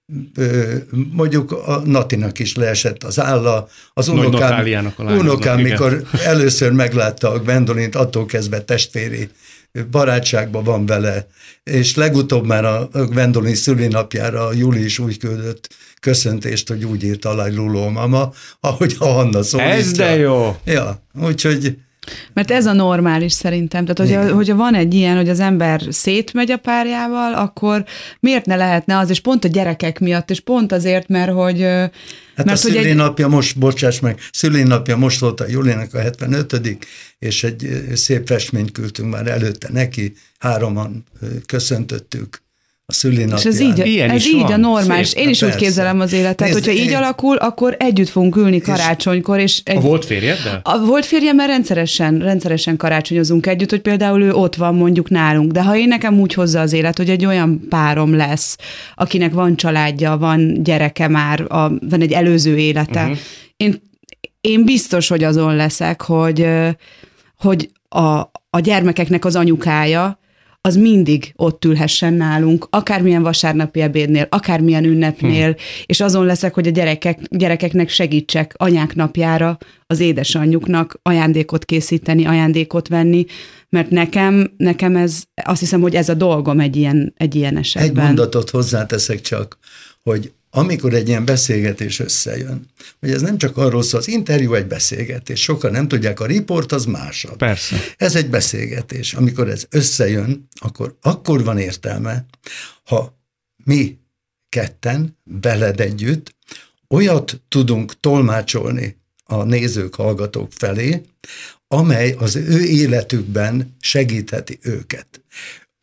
S4: ö, mondjuk a Natinak is leesett az álla. Az unokám, unokám mikor először meglátta a Gwendolint, attól kezdve testvéri barátságban van vele, és legutóbb már a Gwendolin szülinapjára a Júli is úgy küldött köszöntést, hogy úgy írt alá Luló mama, ahogy a Hanna szólítja.
S2: Ez de jó!
S4: Ja, úgyhogy...
S3: Mert ez a normális szerintem. Tehát, hogyha, hogyha van egy ilyen, hogy az ember szétmegy a párjával, akkor miért ne lehetne az, és pont a gyerekek miatt, és pont azért, mert hogy...
S4: Hát
S3: mert,
S4: a szülinapja egy... most, bocsáss meg, szülinapja most volt a Julinak a hetvenötödik és egy szép festményt küldtünk már előtte neki, hároman köszöntöttük a szülinapját. És
S3: ez így,
S2: Ilyen
S3: ez így a normális. Szép, én is persze. Úgy képzelem az életet, Nézd, hogyha én... így alakul, akkor együtt fogunk ülni karácsonykor. És egy...
S2: A volt férjeddel?
S3: A volt férjem, mert rendszeresen, rendszeresen karácsonyozunk együtt, hogy például ő ott van mondjuk nálunk. De ha én nekem úgy hozza az élet, hogy egy olyan párom lesz, akinek van családja, van gyereke már, a, van egy előző élete, uh-huh. én, én biztos, hogy azon leszek, hogy, hogy a, a gyermekeknek az anyukája, az mindig ott ülhessen nálunk, akármilyen vasárnapi ebédnél, akármilyen ünnepnél, hmm. és azon leszek, hogy a gyerekek, gyerekeknek segítsek anyák napjára, az édesanyjuknak ajándékot készíteni, ajándékot venni, mert nekem, nekem ez, azt hiszem, hogy ez a dolgom egy ilyen, egy ilyen esetben.
S4: Egy mondatot hozzáteszek csak, hogy amikor egy ilyen beszélgetés összejön, hogy ez nem csak arról szól, az interjú egy beszélgetés, sokan nem tudják, a riport az másabb.
S2: Persze.
S4: Ez egy beszélgetés. Amikor ez összejön, akkor akkor van értelme, ha mi ketten, veled együtt, olyat tudunk tolmácsolni a nézők, hallgatók felé, amely az ő életükben segítheti őket.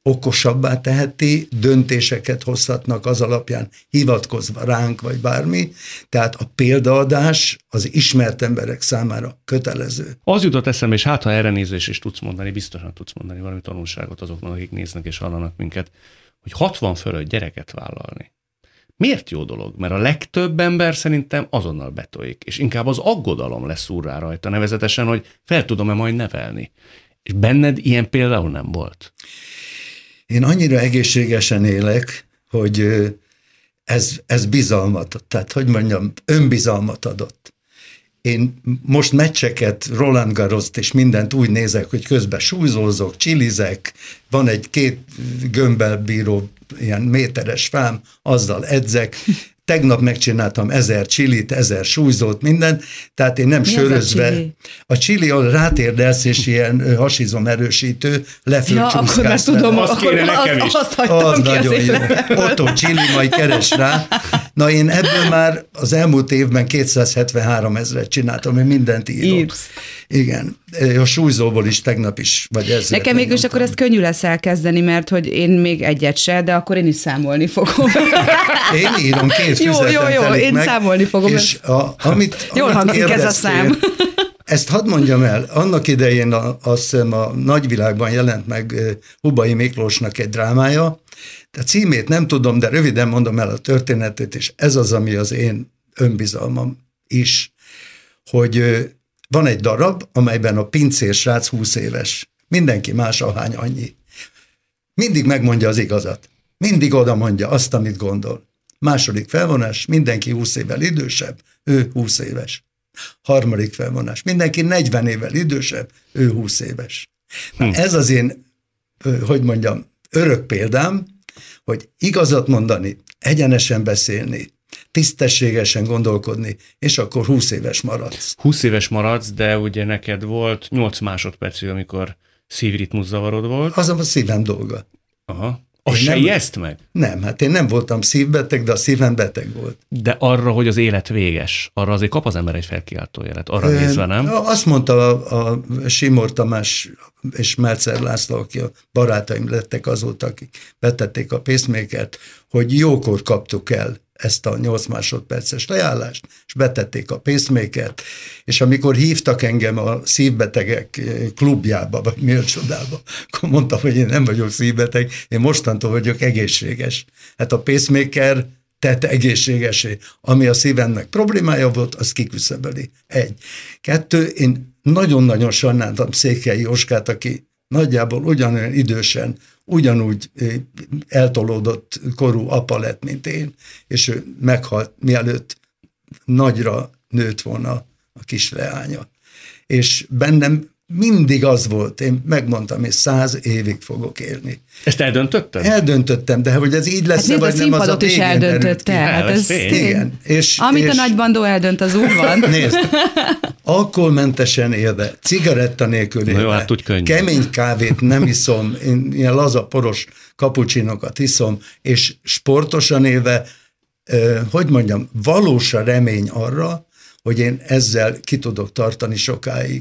S4: okosabbá teheti, döntéseket hozhatnak az alapján, hivatkozva ránk, vagy bármi. Tehát a példaadás az ismert emberek számára kötelező.
S2: Az jutott eszembe, és hát ha erre nézés is tudsz mondani, biztosan tudsz mondani valami tanulságot azoknak, akik néznek és hallanak minket, hogy hatvan fölött gyereket vállalni. Miért jó dolog? Mert a legtöbb ember szerintem azonnal betoljik, és inkább az aggodalom lesz úrrá rajta, nevezetesen, hogy fel tudom-e majd nevelni. És benned ilyen például nem volt?
S4: Én annyira egészségesen élek, hogy ez, ez bizalmat ad, tehát hogy mondjam, önbizalmat adott. Én most meccseket, Roland Garrost és mindent úgy nézek, hogy közben súlyzózok, csilizek, van egy két gömbbel bíró ilyen méteres fám, azzal edzek. Tegnap megcsináltam ezer csilit, ezer súlyzót, minden, tehát én nem
S3: Mi
S4: sörözve.
S3: a csili?
S4: A csili, ahol rátérdelsz, és ilyen hasizom erősítő, lefölcsúszkálsz.
S3: Ja, akkor már tudom,
S2: Azt
S3: akkor
S2: kéne nekem
S3: azt,
S2: is.
S3: azt hagytam
S4: Az
S3: ki
S4: nagyon
S3: az
S4: jó.
S3: életemből.
S4: Otto Csili, majd keres rá. Na én ebből már az elmúlt évben kétszázhetvenhárom ezret csináltam, én mindent írok.
S3: Írsz.
S4: Igen. A súlyzóból is tegnap is, vagy ezret.
S3: Nekem mégis akkor ezt könnyű lesz elkezdeni, mert hogy én még egyet se, de akkor én is számolni fogom.
S4: Én írom, két
S3: Jó,
S4: füzetem
S3: jó, jó,
S4: telik
S3: én
S4: meg,
S3: számolni fogom.
S4: És a, amit,
S3: Jól
S4: amit
S3: hangzik ez a szám.
S4: Ezt hadd mondjam el, annak idején a, azt hiszem a nagyvilágban jelent meg Hubai Miklósnak egy drámája, de a címét nem tudom, de röviden mondom el a történetét, és ez az, ami az én önbizalmam is, hogy van egy darab, amelyben a pincér srác húsz éves. Mindenki más ahány annyi. Mindig megmondja az igazat. Mindig oda mondja azt, amit gondol. Második felvonás, mindenki húsz évvel idősebb, ő húsz éves. Harmadik felvonás, mindenki negyven évvel idősebb, ő húsz éves. Na, hm. Ez az én, hogy mondjam, örök példám, hogy igazat mondani, egyenesen beszélni, tisztességesen gondolkodni, és akkor húsz éves maradsz.
S2: húsz éves maradsz, de ugye neked volt nyolc másodpercig, amikor szívritmus zavarod volt.
S4: Az a szívem dolga.
S2: Aha. Azt se ijeszt meg?
S4: Nem, hát én nem voltam szívbeteg, de a szívem beteg volt.
S2: De arra, hogy az élet véges, arra azért kap az ember egy felkiáltó jelet, arra Ö, nézve, nem?
S4: Azt mondta a, a Simor Tamás és Meltzer László, aki a barátaim lettek azóta, akik betették a pacemakert, hogy jókor kaptuk el ezt a nyolc másodperces ajánlást, és betették a pacemakert, és amikor hívtak engem a szívbetegek klubjába, vagy mi a csodába, akkor mondtam, hogy én nem vagyok szívbeteg, én mostantól vagyok egészséges. Hát a pacemaker tett egészségesé. Ami a szívemnek problémája volt, az kiküszöböli. Egy. Kettő, én nagyon-nagyon sajnáltam Székely Jóskát, aki nagyjából ugyanolyan idősen, ugyanúgy eltolódott korú apa lett, mint én, és ő meghalt, mielőtt nagyra nőtt volna a kis leánya. És bennem mindig az volt, én megmondtam, hogy száz évig fogok élni.
S2: Ezt eldöntötted?
S4: Eldöntöttem, de hogy ez így lesz,
S3: hát
S4: vagy
S3: a
S4: nem, az a
S3: is eldöntötte. Hát ez
S4: igen. És,
S3: Amit
S4: és,
S3: a nagybandó eldönt, az úgy van.
S4: Nézd, alkoholmentesen élve, cigaretta nélkül élve,
S2: jó, hát úgy könnyű.
S4: Kemény kávét nem iszom, én ilyen laza poros kapucsinokat iszom, és sportosan élve, eh, hogy mondjam, valós a remény arra, hogy én ezzel ki tudok tartani sokáig.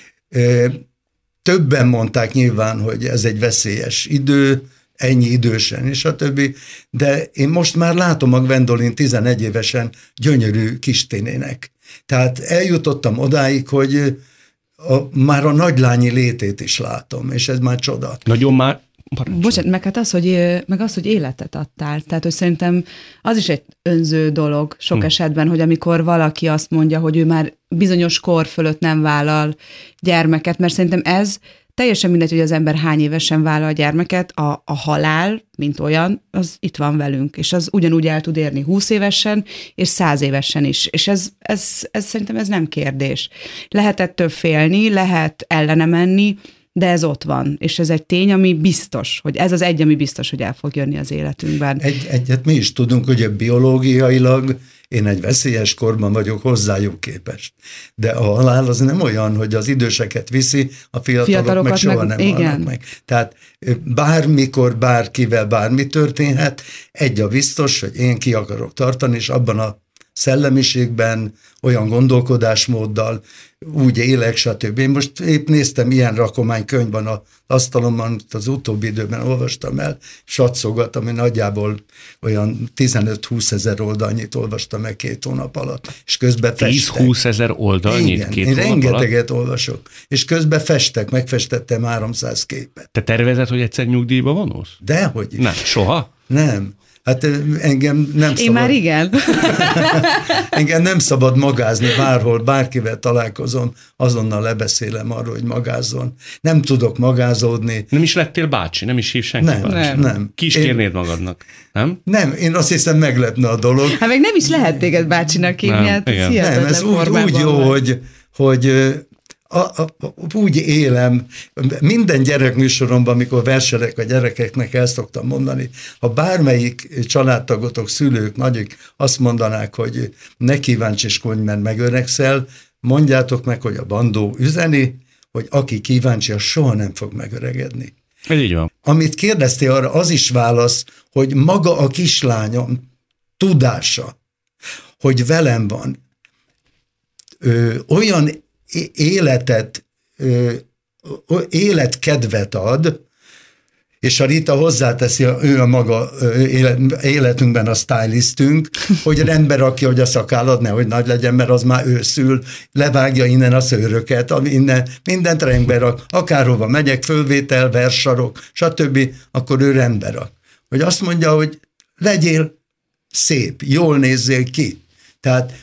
S4: Eh, többen mondták nyilván, hogy ez egy veszélyes idő, ennyi idősen, és a többi, de én most már látom a Gwendolyn tizenegy évesen gyönyörű kisténének. Tehát eljutottam odáig, hogy a, már a nagylányi létét is látom, és ez már csoda.
S2: Nagyon már...
S3: Bocsánat, meg hát az, hogy, meg az, hogy életet adtál. Tehát, hogy szerintem az is egy önző dolog sok hm. esetben, hogy amikor valaki azt mondja, hogy ő már bizonyos kor fölött nem vállal gyermeket, mert szerintem ez teljesen mindegy, hogy az ember hány évesen vállal gyermeket, a, a halál, mint olyan, az itt van velünk, és az ugyanúgy el tud érni húsz évesen, és száz évesen is, és ez, ez, ez szerintem ez nem kérdés. Lehet ettől félni, lehet ellene menni, de ez ott van, és ez egy tény, ami biztos, hogy ez az egy, ami biztos, hogy el fog jönni az életünkben.
S4: Egy, egyet mi is tudunk, hogy biológiailag én egy veszélyes korban vagyok hozzájuk képest. De a halál az nem olyan, hogy az időseket viszi, a fiatalok Fiatalokat meg soha meg, nem igen. halnak meg. Tehát bármikor, bárkivel bármi történhet, egy a biztos, hogy én ki akarok tartani, és abban a szellemiségben, olyan gondolkodásmóddal, úgy élek, stb. Én most épp néztem, ilyen rakomány könyv van az asztalomban, az utóbbi időben olvastam el, satszogat, ami nagyjából olyan tizenöt-húsz ezer oldalnyit olvastam meg két hónap alatt, és közben festek.
S2: tíz-húsz ezer oldalnyit
S4: Igen,
S2: két
S4: én
S2: hónap
S4: rengeteget
S2: alatt?
S4: olvasok, és közben festek, megfestettem háromszáz képet.
S2: Te tervezed, hogy egyszer nyugdíjba vonulsz?
S4: Dehogy is.
S2: Nem, soha?
S4: Nem. Hát engem nem
S3: Én
S4: szabad.
S3: már igen.
S4: Engem nem szabad magázni bárhol, bárkivel találkozom, azonnal lebeszélem arról, hogy magázzon. Nem tudok magázódni.
S2: Nem is lettél bácsi, nem is hív senki
S4: Nem,
S2: bácsi.
S4: nem. nem.
S2: Ki is
S4: Én-
S2: kérnéd magadnak, nem?
S4: Nem, én azt hiszem meglepne a dolog.
S3: Hát meg nem is lehet téged bácsinak hívni,
S2: Nem,
S3: hát ez
S2: igen.
S3: hihetetlen
S4: Nem, ez úgy,
S3: formában
S4: úgy jó,
S3: vagy.
S4: hogy, hogy a, a, úgy élem, minden gyerekműsoromban, amikor verselek a gyerekeknek, el szoktam mondani, ha bármelyik családtagotok, szülők, nagyok azt mondanák, hogy ne kíváncsiskodj, mert megöregszel, mondjátok meg, hogy a Bandó üzeni, hogy aki kíváncsi, az soha nem fog megöregedni.
S2: Ez így van.
S4: Amit kérdeztél arra, az is válasz, hogy maga a kislányom tudása, hogy velem van, ö, olyan életet, ö, életkedvet ad, és a Rita hozzáteszi, ő a maga életünkben a stylistünk, hogy rendbe rakja, hogy a szakállad nehogy nagy legyen, mert az már őszül, levágja innen a szőröket, ami innen, mindent rendbe rak, akárhova megyek, fölvétel, verssarok, stb., akkor ő rendbe rak. Hogy azt mondja, hogy legyél szép, jól nézzél ki. Tehát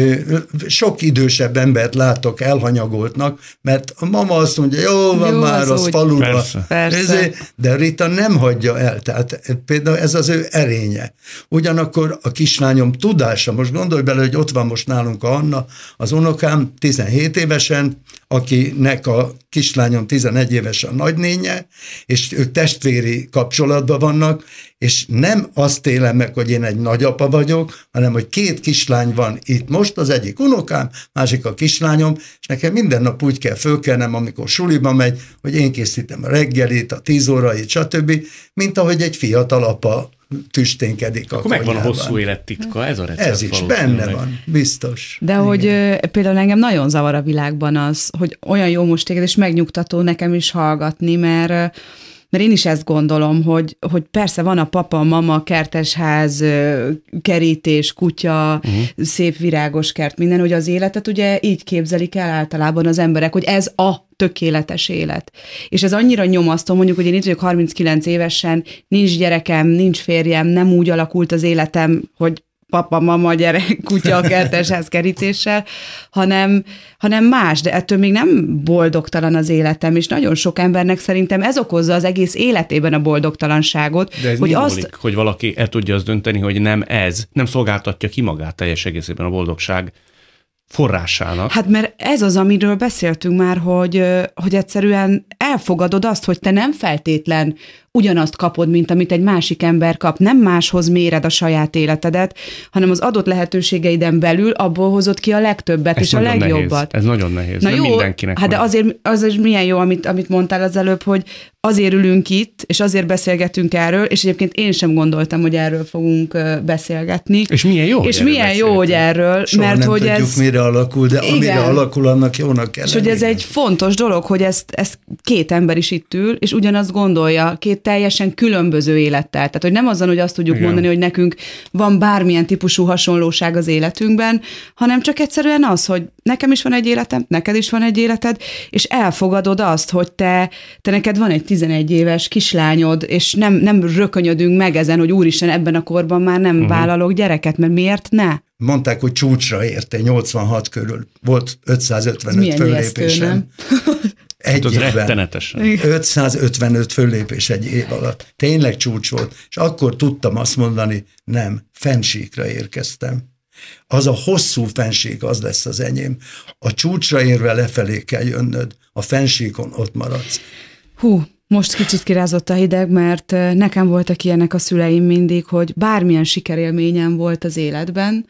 S4: sok idősebb embert látok elhanyagoltnak, mert a mama azt mondja, jó van
S3: Jó,
S4: már,
S3: az
S4: az
S3: úgy.
S4: faluba.
S2: Persze.
S3: Persze.
S4: De Rita nem hagyja el, tehát például ez az ő erénye. Ugyanakkor a kislányom tudása, most gondolj bele, hogy ott van most nálunk a Anna, az unokám tizenhét évesen, akinek a kislányom tizenegy éves a nagynénye, és ők testvéri kapcsolatban vannak, és nem azt élem meg, hogy én egy nagyapa vagyok, hanem hogy két kislány van itt most, az egyik unokám, másik a kislányom, és nekem minden nap úgy kell fölkelnem, amikor suliba megy, hogy én készítem a reggelit, a tíz órait, stb., mint ahogy egy fiatal apa tüsténkedik.
S2: Akkor megvan a hosszú élet titka, ez a recept.
S4: Ez is
S2: valószínűleg.
S4: benne van, biztos.
S3: De
S4: Igen.
S3: hogy ö, például engem nagyon zavar a világban az, hogy olyan jó most téged, és megnyugtató nekem is hallgatni, mert ö, mert én is ezt gondolom, hogy, hogy persze van a papa, mama, kertesház, ö, kerítés, kutya, uh-huh. szép virágos kert, minden, hogy az életet ugye így képzelik el általában az emberek, hogy ez a tökéletes élet. És ez annyira nyomasztó, mondjuk, hogy én itt vagyok harminckilenc évesen, nincs gyerekem, nincs férjem, nem úgy alakult az életem, hogy papa, mama, gyerek, kutya, kertesház, kerítéssel, hanem, hanem más, de ettől még nem boldogtalan az életem, és nagyon sok embernek szerintem ez okozza az egész életében a boldogtalanságot.
S2: De ez
S3: hogy
S2: mi
S3: azt...
S2: múlik, hogy valaki el tudja azt dönteni, hogy nem ez, nem szolgáltatja ki magát teljes egészében a boldogság forrásának.
S3: Hát mert ez az, amiről beszéltünk már, hogy, hogy egyszerűen elfogadod azt, hogy te nem feltétlen ugyanazt kapod, mint amit egy másik ember kap. Nem máshoz méred a saját életedet, hanem az adott lehetőségeiden belül abból hozod ki a legtöbbet
S2: Ez
S3: és a
S2: nagyon
S3: legjobbat.
S2: Nehéz. Ez nagyon nehéz.
S3: Na
S2: Nem
S3: jó,
S2: mindenkinek
S3: hát de
S2: van.
S3: azért, azért milyen jó, amit, amit mondtál az előbb, hogy azért ülünk itt, és azért beszélgetünk erről, és egyébként én sem gondoltam, hogy erről fogunk ö, beszélgetni.
S2: És milyen jó,
S3: És
S2: hogy
S3: milyen
S2: erről
S3: jó, hogy
S2: beszéltünk.
S3: erről,
S4: Soha
S3: mert
S4: nem
S3: hogy
S4: tudjuk,
S3: ez...
S4: mire alakul, de
S3: Igen.
S4: amire alakul, annak jónak kell
S3: És hogy ez
S4: lennie.
S3: egy fontos dolog, hogy ezt, ezt két ember is itt ül, és ugyanazt gondolja, két teljesen különböző élettel. Tehát, hogy nem azon, hogy azt tudjuk
S2: Igen.
S3: mondani, hogy nekünk van bármilyen típusú hasonlóság az életünkben, hanem csak egyszerűen az, hogy nekem is van egy életem, neked is van egy életed, és elfogadod azt, hogy te, te neked van egy tizenegy éves kislányod, és nem, nem rökönyödünk meg ezen, hogy úristen, ebben a korban már nem uh-huh. vállalok gyereket, mert miért ne?
S4: Mondták, hogy csúcsra érte, nyolcvanhat körül. Volt ötszázötvenöt
S3: Milyen ijesztő,
S4: föllépésem.
S3: nem?
S2: Hát
S4: Egy
S2: az
S4: évben.
S2: rettenetesen.
S4: ötszázötvenöt föllépés egy év alatt. Tényleg csúcs volt. És akkor tudtam azt mondani, nem, fensíkra érkeztem. Az a hosszú fensík, az lesz az enyém. A csúcsra érve lefelé kell jönnöd, a fensíkon ott maradsz.
S3: Hú, most kicsit kirázott a hideg, mert nekem voltak ilyenek a szüleim mindig, hogy bármilyen sikerélményem volt az életben,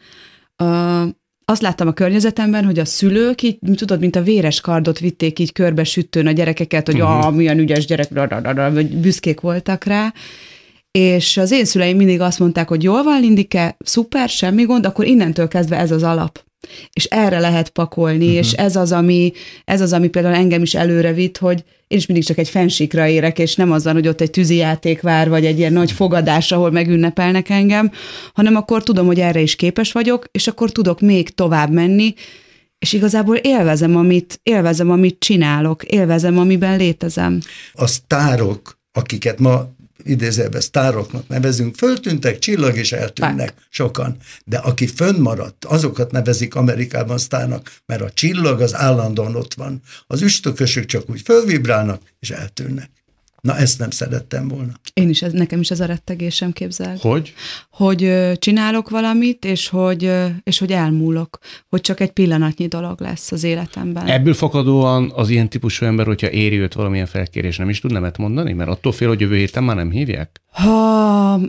S3: uh, azt láttam a környezetemben, hogy a szülők így, tudod, mint a véres kardot vitték így körbe sütőn a gyerekeket, hogy uh-huh. ah, milyen ügyes gyerek, vagy büszkék voltak rá, És az én szüleim mindig azt mondták, hogy jól van, Lindike, szuper, semmi gond, akkor innentől kezdve ez az alap. És erre lehet pakolni, uh-huh. és ez az, ami, ez az, ami például engem is előre vitt, hogy én is mindig csak egy fennsíkra érek, és nem az van, hogy ott egy tűzijáték vár, vagy egy ilyen nagy fogadás, ahol megünnepelnek engem, hanem akkor tudom, hogy erre is képes vagyok, és akkor tudok még tovább menni, és igazából élvezem, amit, élvezem, amit csinálok, élvezem, amiben létezem.
S4: A sztárok, akiket ma idézőjelben sztároknak nevezünk, föltűntek, csillag és eltűnnek Fakt. sokan. De aki fönnmaradt, azokat nevezik Amerikában sztárnak, mert a csillag az állandóan ott van. Az üstökösök csak úgy fölvibrálnak és eltűnnek. Na, ezt nem szerettem volna.
S3: Én is, ez, nekem is ez a rettegésem, képzel.
S2: Hogy?
S3: Hogy ö, csinálok valamit, és hogy, ö, és hogy elmúlok. Hogy csak egy pillanatnyi dolog lesz az életemben.
S2: Ebből fakadóan az ilyen típusú ember, hogyha éri őt valamilyen felkérés, nem is tud nemet mondani? Mert attól fél, hogy jövő héten már nem hívják?
S3: Ha...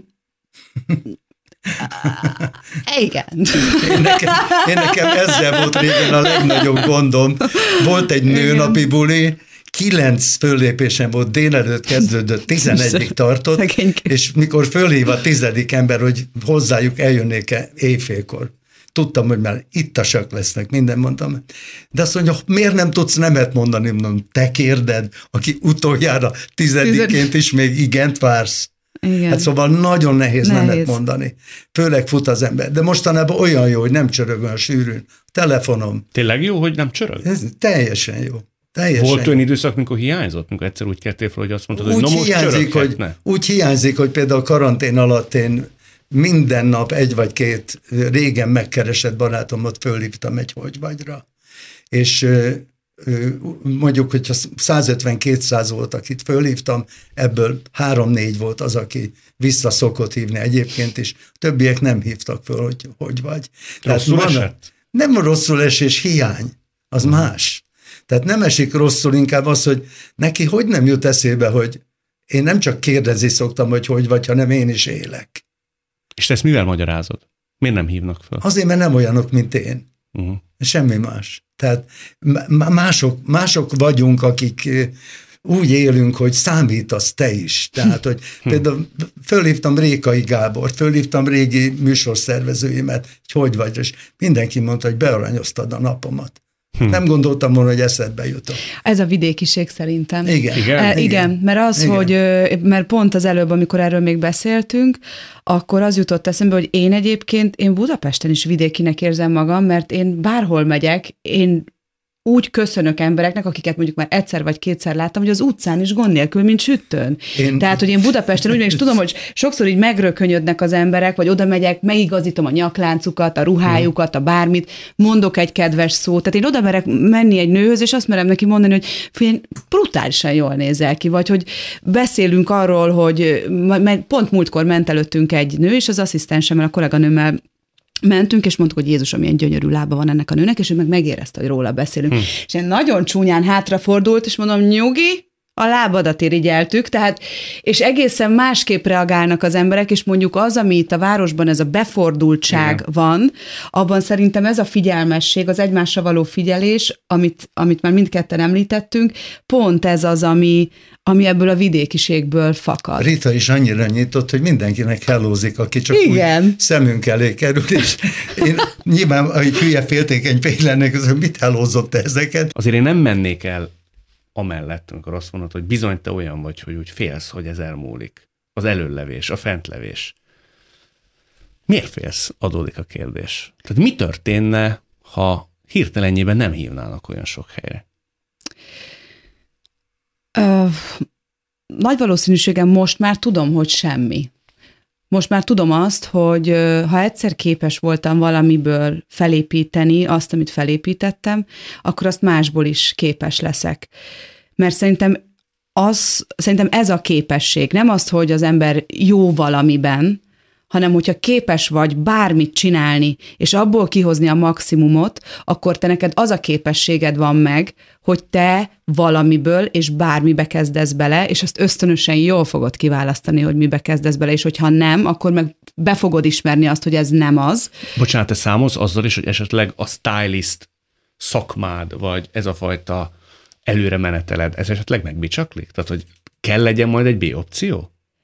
S3: Igen.
S4: Én nekem, én nekem ezzel volt régen a legnagyobb gondom. Volt egy nőnapi buli, kilenc föllépésen volt, délelőtt kezdődött, tizenegyig tartott, Szegényként. És mikor fölhív a tizedik ember, hogy hozzájuk eljönnék-e éjfélkor. Tudtam, hogy már ittasak lesznek, minden mondtam. De azt mondja, miért nem tudsz nemet mondani? Mondom, te kérded, aki utoljára tizediként is még igent vársz.
S3: Igen.
S4: Hát szóval nagyon nehéz, nehéz nemet mondani. Főleg fut az ember. De mostanában olyan jó, hogy nem csörög olyan sűrűn. Telefonom.
S2: Tényleg jó, hogy nem csörög?
S4: Ez teljesen jó. Teljesen
S2: Volt olyan időszak, mikor hiányzott, mikor egyszer úgy kettél fel, hogy azt mondtad, hogy
S4: úgy
S2: na most
S4: hiányzik, hogy, úgy hiányzik, hogy például karantén alatt én minden nap egy vagy két régen megkeresett barátomot fölhívtam egy hogyvagyra. És mondjuk, hogyha százötven-kétszáz volt, akit fölhívtam, ebből három-négy volt az, aki vissza szokott hívni egyébként is. Többiek nem hívtak föl, hogy hogy vagy.
S2: Rosszul van, esett?
S4: Nem rosszul esés, hiány. Az hmm. más. Tehát nem esik rosszul, inkább az, hogy neki hogy nem jut eszébe, hogy én nem csak kérdezni szoktam, hogy hogy vagy, hanem én is élek.
S2: És te ezt mivel magyarázod? Miért nem hívnak fel?
S4: Azért, mert nem olyanok, mint én. Uh-huh. Semmi más. Tehát mások, mások vagyunk, akik úgy élünk, hogy számítasz te is. Tehát, hogy például fölhívtam Rékai Gábort, fölhívtam régi műsorszervezőimet, hogy hogy vagy, és mindenki mondta, hogy bearanyoztad a napomat. Hm. Nem gondoltam volna, hogy eszedbe jutott.
S3: Ez a vidékiség szerintem.
S4: Igen.
S3: Igen, e, igen. igen mert az, igen. hogy, mert pont az előbb, amikor erről még beszéltünk, akkor az jutott eszembe, hogy én egyébként, én Budapesten is vidékinek érzem magam, mert én bárhol megyek, én úgy köszönök embereknek, akiket mondjuk már egyszer vagy kétszer láttam, hogy az utcán is gond nélkül, mint süttőn. Én... Tehát, hogy én Budapesten úgy és tudom, hogy sokszor így megrökönyödnek az emberek, vagy oda megyek, megigazítom a nyakláncukat, a ruhájukat, a bármit, mondok egy kedves szót. Tehát én oda merek menni egy nőhöz, és azt merem neki mondani, hogy figyelj, brutálisan jól nézel ki, vagy hogy beszélünk arról, hogy pont múltkor ment előttünk egy nő, és az asszisztensemmel, a kolléganőmmel mentünk, és mondtuk, hogy Jézusom, milyen gyönyörű lába van ennek a nőnek, és ő meg megérezte, hogy róla beszélünk. Hm. És én nagyon csúnyán hátrafordult, és mondom, nyugi, a lábadat irigyeltük, tehát, és egészen másképp reagálnak az emberek, és mondjuk az, ami itt a városban, ez a befordultság igen. van, abban szerintem ez a figyelmesség, az egymásra való figyelés, amit, amit már mindketten említettünk, pont ez az, ami, ami ebből a vidékiségből fakad.
S4: Rita is annyira nyitott, hogy mindenkinek hellózik, aki csak
S3: igen.
S4: úgy szemünk elé kerül, és én nyilván, ahogy hülye féltékeny fél lennek, hogy mit hellózott ezeket.
S2: Azért én nem mennék el amellett, amikor azt mondod, hogy bizony te olyan vagy, hogy úgy félsz, hogy ez elmúlik. Az előlevés, a fentlevés. Miért félsz? Adódik a kérdés. Tehát mi történne, ha hirtelenjében nem hívnának olyan sok helyre?
S3: Ö, nagy valószínűséggel most már tudom, hogy semmi. Most már tudom azt, hogy ha egyszer képes voltam valamiből felépíteni azt, amit felépítettem, akkor azt másból is képes leszek. Mert szerintem, az, szerintem ez a képesség, nem az, hogy az ember jó valamiben, hanem hogyha képes vagy bármit csinálni, és abból kihozni a maximumot, akkor te neked az a képességed van meg, hogy te valamiből és bármibe kezdesz bele, és azt ösztönösen jól fogod kiválasztani, hogy mibe kezdesz bele, és hogyha nem, akkor meg be fogod ismerni azt, hogy ez nem az.
S2: Bocsánat, te számolsz azzal is, hogy esetleg a stylist szakmád, vagy ez a fajta előre meneteled, ez esetleg megbicsaklik? Tehát, hogy kell legyen majd egy B-opció?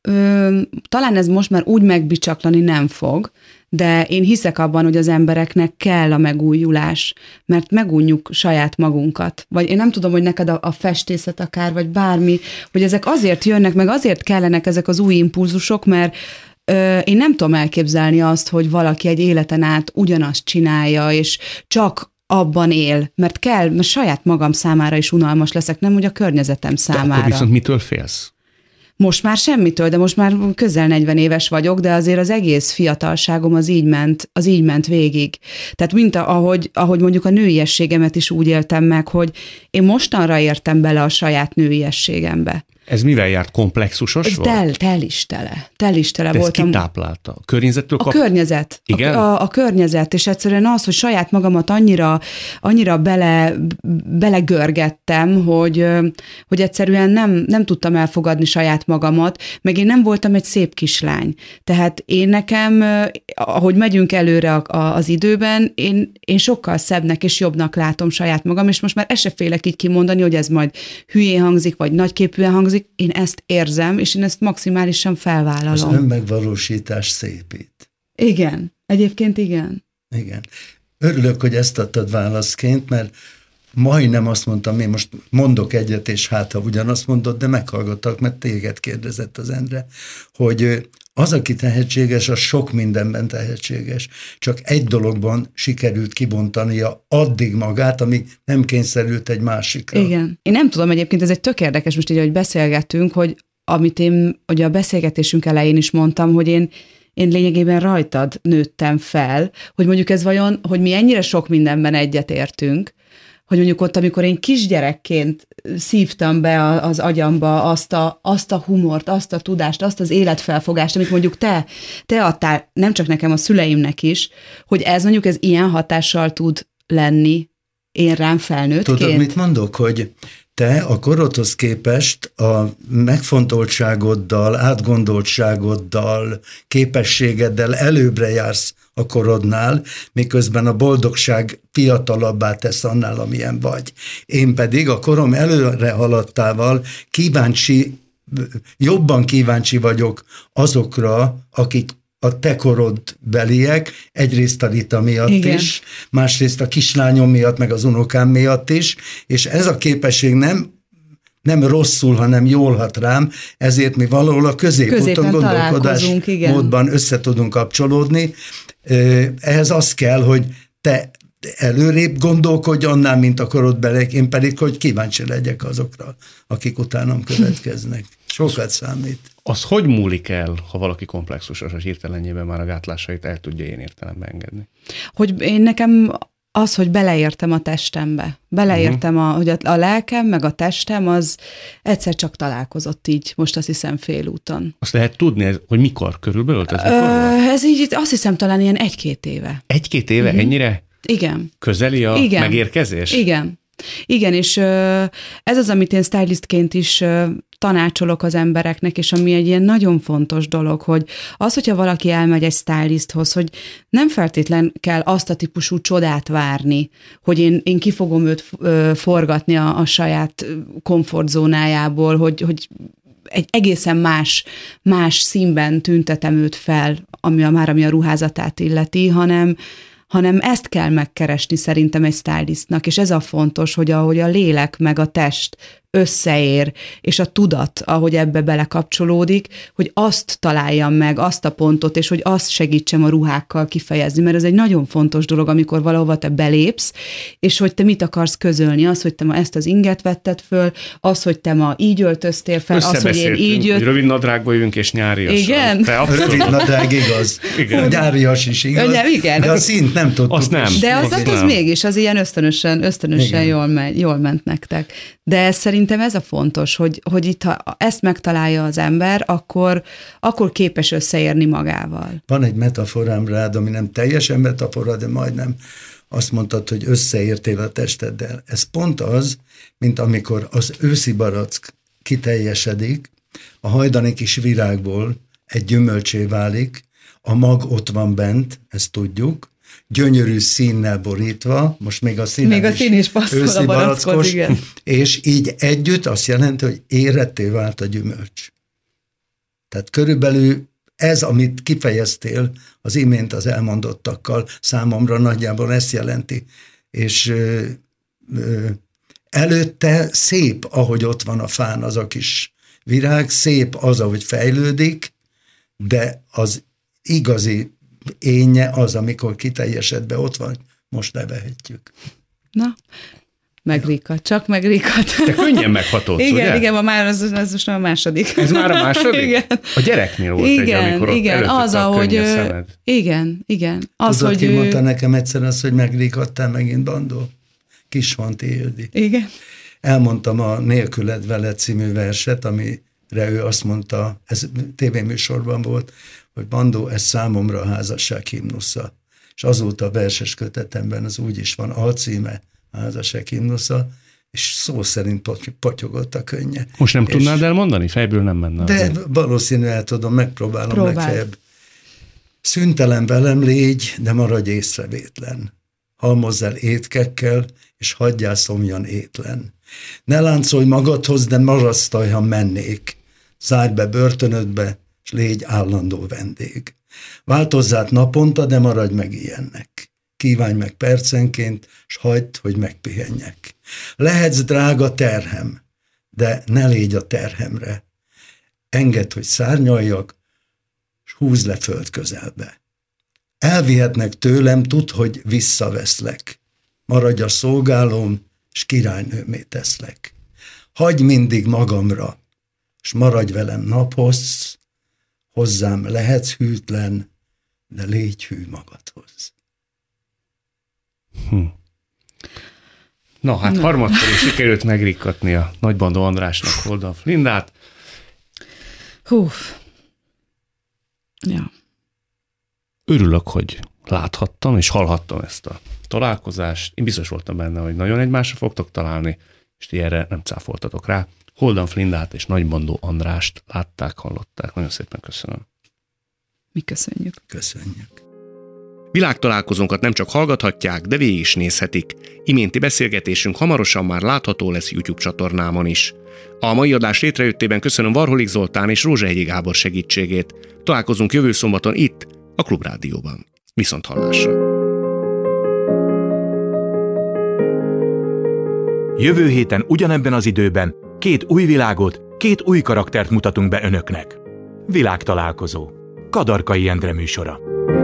S3: ö, talán ez most már úgy megbicsaklani nem fog, de én hiszek abban, hogy az embereknek kell a megújulás, mert megújjuk saját magunkat. Vagy én nem tudom, hogy neked a, a festészet akár, vagy bármi, hogy ezek azért jönnek, meg azért kellenek ezek az új impulzusok, mert ö, én nem tudom elképzelni azt, hogy valaki egy életen át ugyanazt csinálja, és csak abban él, mert kell, mert saját magam számára is unalmas leszek, nem, hogy a környezetem számára.
S2: De akkor viszont mitől félsz?
S3: Most már semmitől, de most már közel negyven éves vagyok, de azért az egész fiatalságom az így ment, az így ment végig. Tehát mint ahogy, ahogy mondjuk a nőiességemet is úgy éltem meg, hogy én mostanra értem bele a saját nőiességembe.
S2: Ez mivel járt? Komplexusos volt?
S3: Tel, tel is tele. Tel is tele
S2: de
S3: voltam.
S2: Ez kitáplálta? A környezettől kap...
S3: A környezet.
S2: Igen?
S3: A, a, a környezet, és egyszerűen az, hogy saját magamat annyira, annyira bele, belegörgettem, hogy, hogy egyszerűen nem, nem tudtam elfogadni saját magamat, meg én nem voltam egy szép kislány. Tehát én nekem, ahogy megyünk előre az időben, én, én sokkal szebbnek és jobbnak látom saját magam, és most már ezt se félek így kimondani, hogy ez majd hülyén hangzik, vagy nagyképűen hangzik, én ezt érzem, és én ezt maximálisan felvállalom.
S4: Az önmegvalósítás szépít.
S3: Igen, egyébként igen.
S4: Igen. Örülök, hogy ezt adtad válaszként, mert majdnem azt mondtam, én most mondok egyet, és hát ha ugyanazt mondod, de meghallgattak, mert téged kérdezett az Endre, hogy az, aki tehetséges, az sok mindenben tehetséges. Csak egy dologban sikerült kibontania addig magát, amíg nem kényszerült egy másikra.
S3: Igen. Én nem tudom, egyébként ez egy tök érdekes, most így, hogy beszélgettünk, hogy amit én ugye a beszélgetésünk elején is mondtam, hogy én én lényegében rajtad nőttem fel, hogy mondjuk ez vajon, hogy mi ennyire sok mindenben egyetértünk, hogy mondjuk ott, amikor én kisgyerekként szívtam be az agyamba azt a, azt a humort, azt a tudást, azt az életfelfogást, amit mondjuk te, te adtál, nem csak nekem, a szüleimnek is, hogy ez mondjuk ez ilyen hatással tud lenni én rám felnőttként.
S4: Tudod, mit mondok, hogy te a korodhoz képest a megfontoltságoddal, átgondoltságoddal, képességeddel előbbre jársz a korodnál, miközben a boldogság fiatalabbá tesz annál, amilyen vagy. Én pedig a korom előre haladtával kíváncsi, jobban kíváncsi vagyok azokra, akik a te korodbeliek, egyrészt a Rita miatt Igen. is, másrészt a kislányom miatt, meg az unokám miatt is, és ez a képesség nem, nem rosszul, hanem jól hat rám, ezért mi valahol a középúton gondolkodás módban össze tudunk kapcsolódni. Ehhez az kell, hogy te előrébb gondolkodj annál, mint a korodbeliek, én pedig, hogy kíváncsi legyek azokra, akik utánam következnek. Sokat számít.
S2: Az hogy múlik el, ha valaki komplexusos, hogy hirtelenjében már a gátlásait el tudja én értelembe engedni?
S3: Hogy én nekem az, hogy beleértem a testembe. Beleértem, a, hogy a, a lelkem, meg a testem, az egyszer csak találkozott így, most azt hiszem félúton.
S2: Azt lehet tudni, hogy mikor körülbelül? Ez, mikor
S3: Ö, ez így, azt hiszem talán ilyen egy-két éve.
S2: Egy-két éve? Uh-huh. Ennyire?
S3: Igen.
S2: Közeli a
S3: Igen.
S2: megérkezés?
S3: Igen. Igen, és ez az, amit én stylistként is tanácsolok az embereknek, és ami egy ilyen nagyon fontos dolog, hogy az, hogyha valaki elmegy egy stylisthoz, hogy nem feltétlen kell azt a típusú csodát várni, hogy én, én ki fogom őt forgatni a, a saját komfortzónájából, hogy, hogy egy egészen más, más színben tüntetem őt fel, ami a, már ami a ruházatát illeti, hanem hanem ezt kell megkeresni szerintem egy stylistnak, és ez a fontos, hogy ahogy a lélek meg a test összeér, és a tudat, ahogy ebbe belekapcsolódik, hogy azt találjam meg, azt a pontot, és hogy azt segítsem a ruhákkal kifejezni, mert ez egy nagyon fontos dolog, amikor valahova te belépsz, és hogy te mit akarsz közölni, az, hogy te ma ezt az inget vetted föl, az, hogy te ma így öltöztél fel, az, hogy én így jött.
S2: Hogy rövid nadrágba jövünk, és nyáriasan.
S3: Igen.
S4: Te rövid nadrág igaz. Igen. A nyárias is igaz.
S3: Ugye, igen.
S4: De a szint nem tudtuk.
S2: Azt nem.
S3: De az,
S2: az,
S3: az, az mégis, az ilyen ösztönösen, ösztönösen jól, megy, jól ment nektek. De szerintem ez a fontos, hogy, hogy itt, ha ezt megtalálja az ember, akkor, akkor képes összeérni magával.
S4: Van egy metaforám rád, ami nem teljesen metafora, de majdnem azt mondtad, hogy összeértél a testeddel. Ez pont az, mint amikor az őszi barack kiteljesedik, a hajdani kis virágból egy gyümölcsé válik, a mag ott van bent, ezt tudjuk, gyönyörű színnel borítva, most még a szín
S3: még a szín is passzol a barackhoz, igen.
S4: És így együtt azt jelenti, hogy éretté vált a gyümölcs. Tehát körülbelül ez, amit kifejeztél az imént az elmondottakkal, számomra nagyjából ezt jelenti. És ö, ö, előtte szép, ahogy ott van a fán az a kis virág, szép az, ahogy fejlődik, de az igazi énje az, amikor kiteljesedve ott van, most levehetjük.
S3: Na, megríkat, csak megríkat.
S2: Te könnyen meghatod,
S3: igen,
S2: ugye?
S3: Igen, ma már az, az most a második.
S2: Ez már a második?
S3: Igen.
S2: A gyereknél volt
S3: igen,
S2: egy, amikor
S3: igen,
S2: ott
S3: az,
S2: előtted a
S3: ahogy,
S2: könnyes szemed.
S3: Igen, igen. Az,
S4: Tudod,
S3: hogy
S4: ki mondta nekem egyszer azt, hogy megríkattál megint, Bandó? Kisvanti Ildi.
S3: Igen.
S4: Elmondtam a Nélküled veled című verset, amire ő azt mondta, ez tévéműsorban volt, hogy Bandó, ez számomra a házasság himnusza. És azóta a verses kötetemben az úgy is van, alcíme házasság himnusza, és szó szerint potyogott a könnye.
S2: Most nem
S4: és
S2: tudnád elmondani? Fejből nem menne.
S4: De
S2: azért.
S4: valószínű el tudom, megpróbálom
S3: Próbáld.
S4: legfeljebb. Szüntelen velem légy, de maradj észrevétlen. Halmozz el étkekkel, és hagyjál szomjan étlen. Ne láncolj magadhoz, de marasztalj, ha mennék. Zárj be börtönödbe, és légy állandó vendég. Változz át naponta, de maradj meg ilyennek. Kívánj meg percenként, s hagyd, hogy megpihenjek. Lehetsz drága terhem, de ne légy a terhemre. Engedd, hogy szárnyaljak, s húzz le föld közelbe. Elvihetnek tőlem, tudd, hogy visszaveszlek. Maradj a szolgálóm, s királynőmé teszlek. Hagyj mindig magamra, s maradj velem naphossz, hozzám lehetsz hűtlen, de légy hű magadhoz.
S2: Hm. Na, hát
S3: Na.
S2: harmadszor is sikerült megrikkatni a Nagybandó Andrásnak Holdan Flindát.
S3: Hú. Ja.
S2: Örülök, hogy láthattam és hallhattam ezt a találkozást. Én biztos voltam benne, hogy nagyon egymásra fogtok találni, és ti erre nem cáfoltatok rá. Holdan Flindát és Nagybandó Andrást látták, hallották. Nagyon szépen köszönöm.
S3: Mi köszönjük.
S4: Köszönjük.
S2: Világtalálkozónkat nem csak hallgathatják, de végig is nézhetik. Iménti beszélgetésünk hamarosan már látható lesz YouTube csatornámon is. A mai adás létrejöttében köszönöm Varholik Zoltán és Rózsahegyi Gábor segítségét. Találkozunk jövő szombaton itt, a Klubrádióban. Viszont hallásra!
S1: Jövő héten ugyanebben az időben két új világot, két új karaktert mutatunk be önöknek. Világtalálkozó. Kadarkai Endre műsora.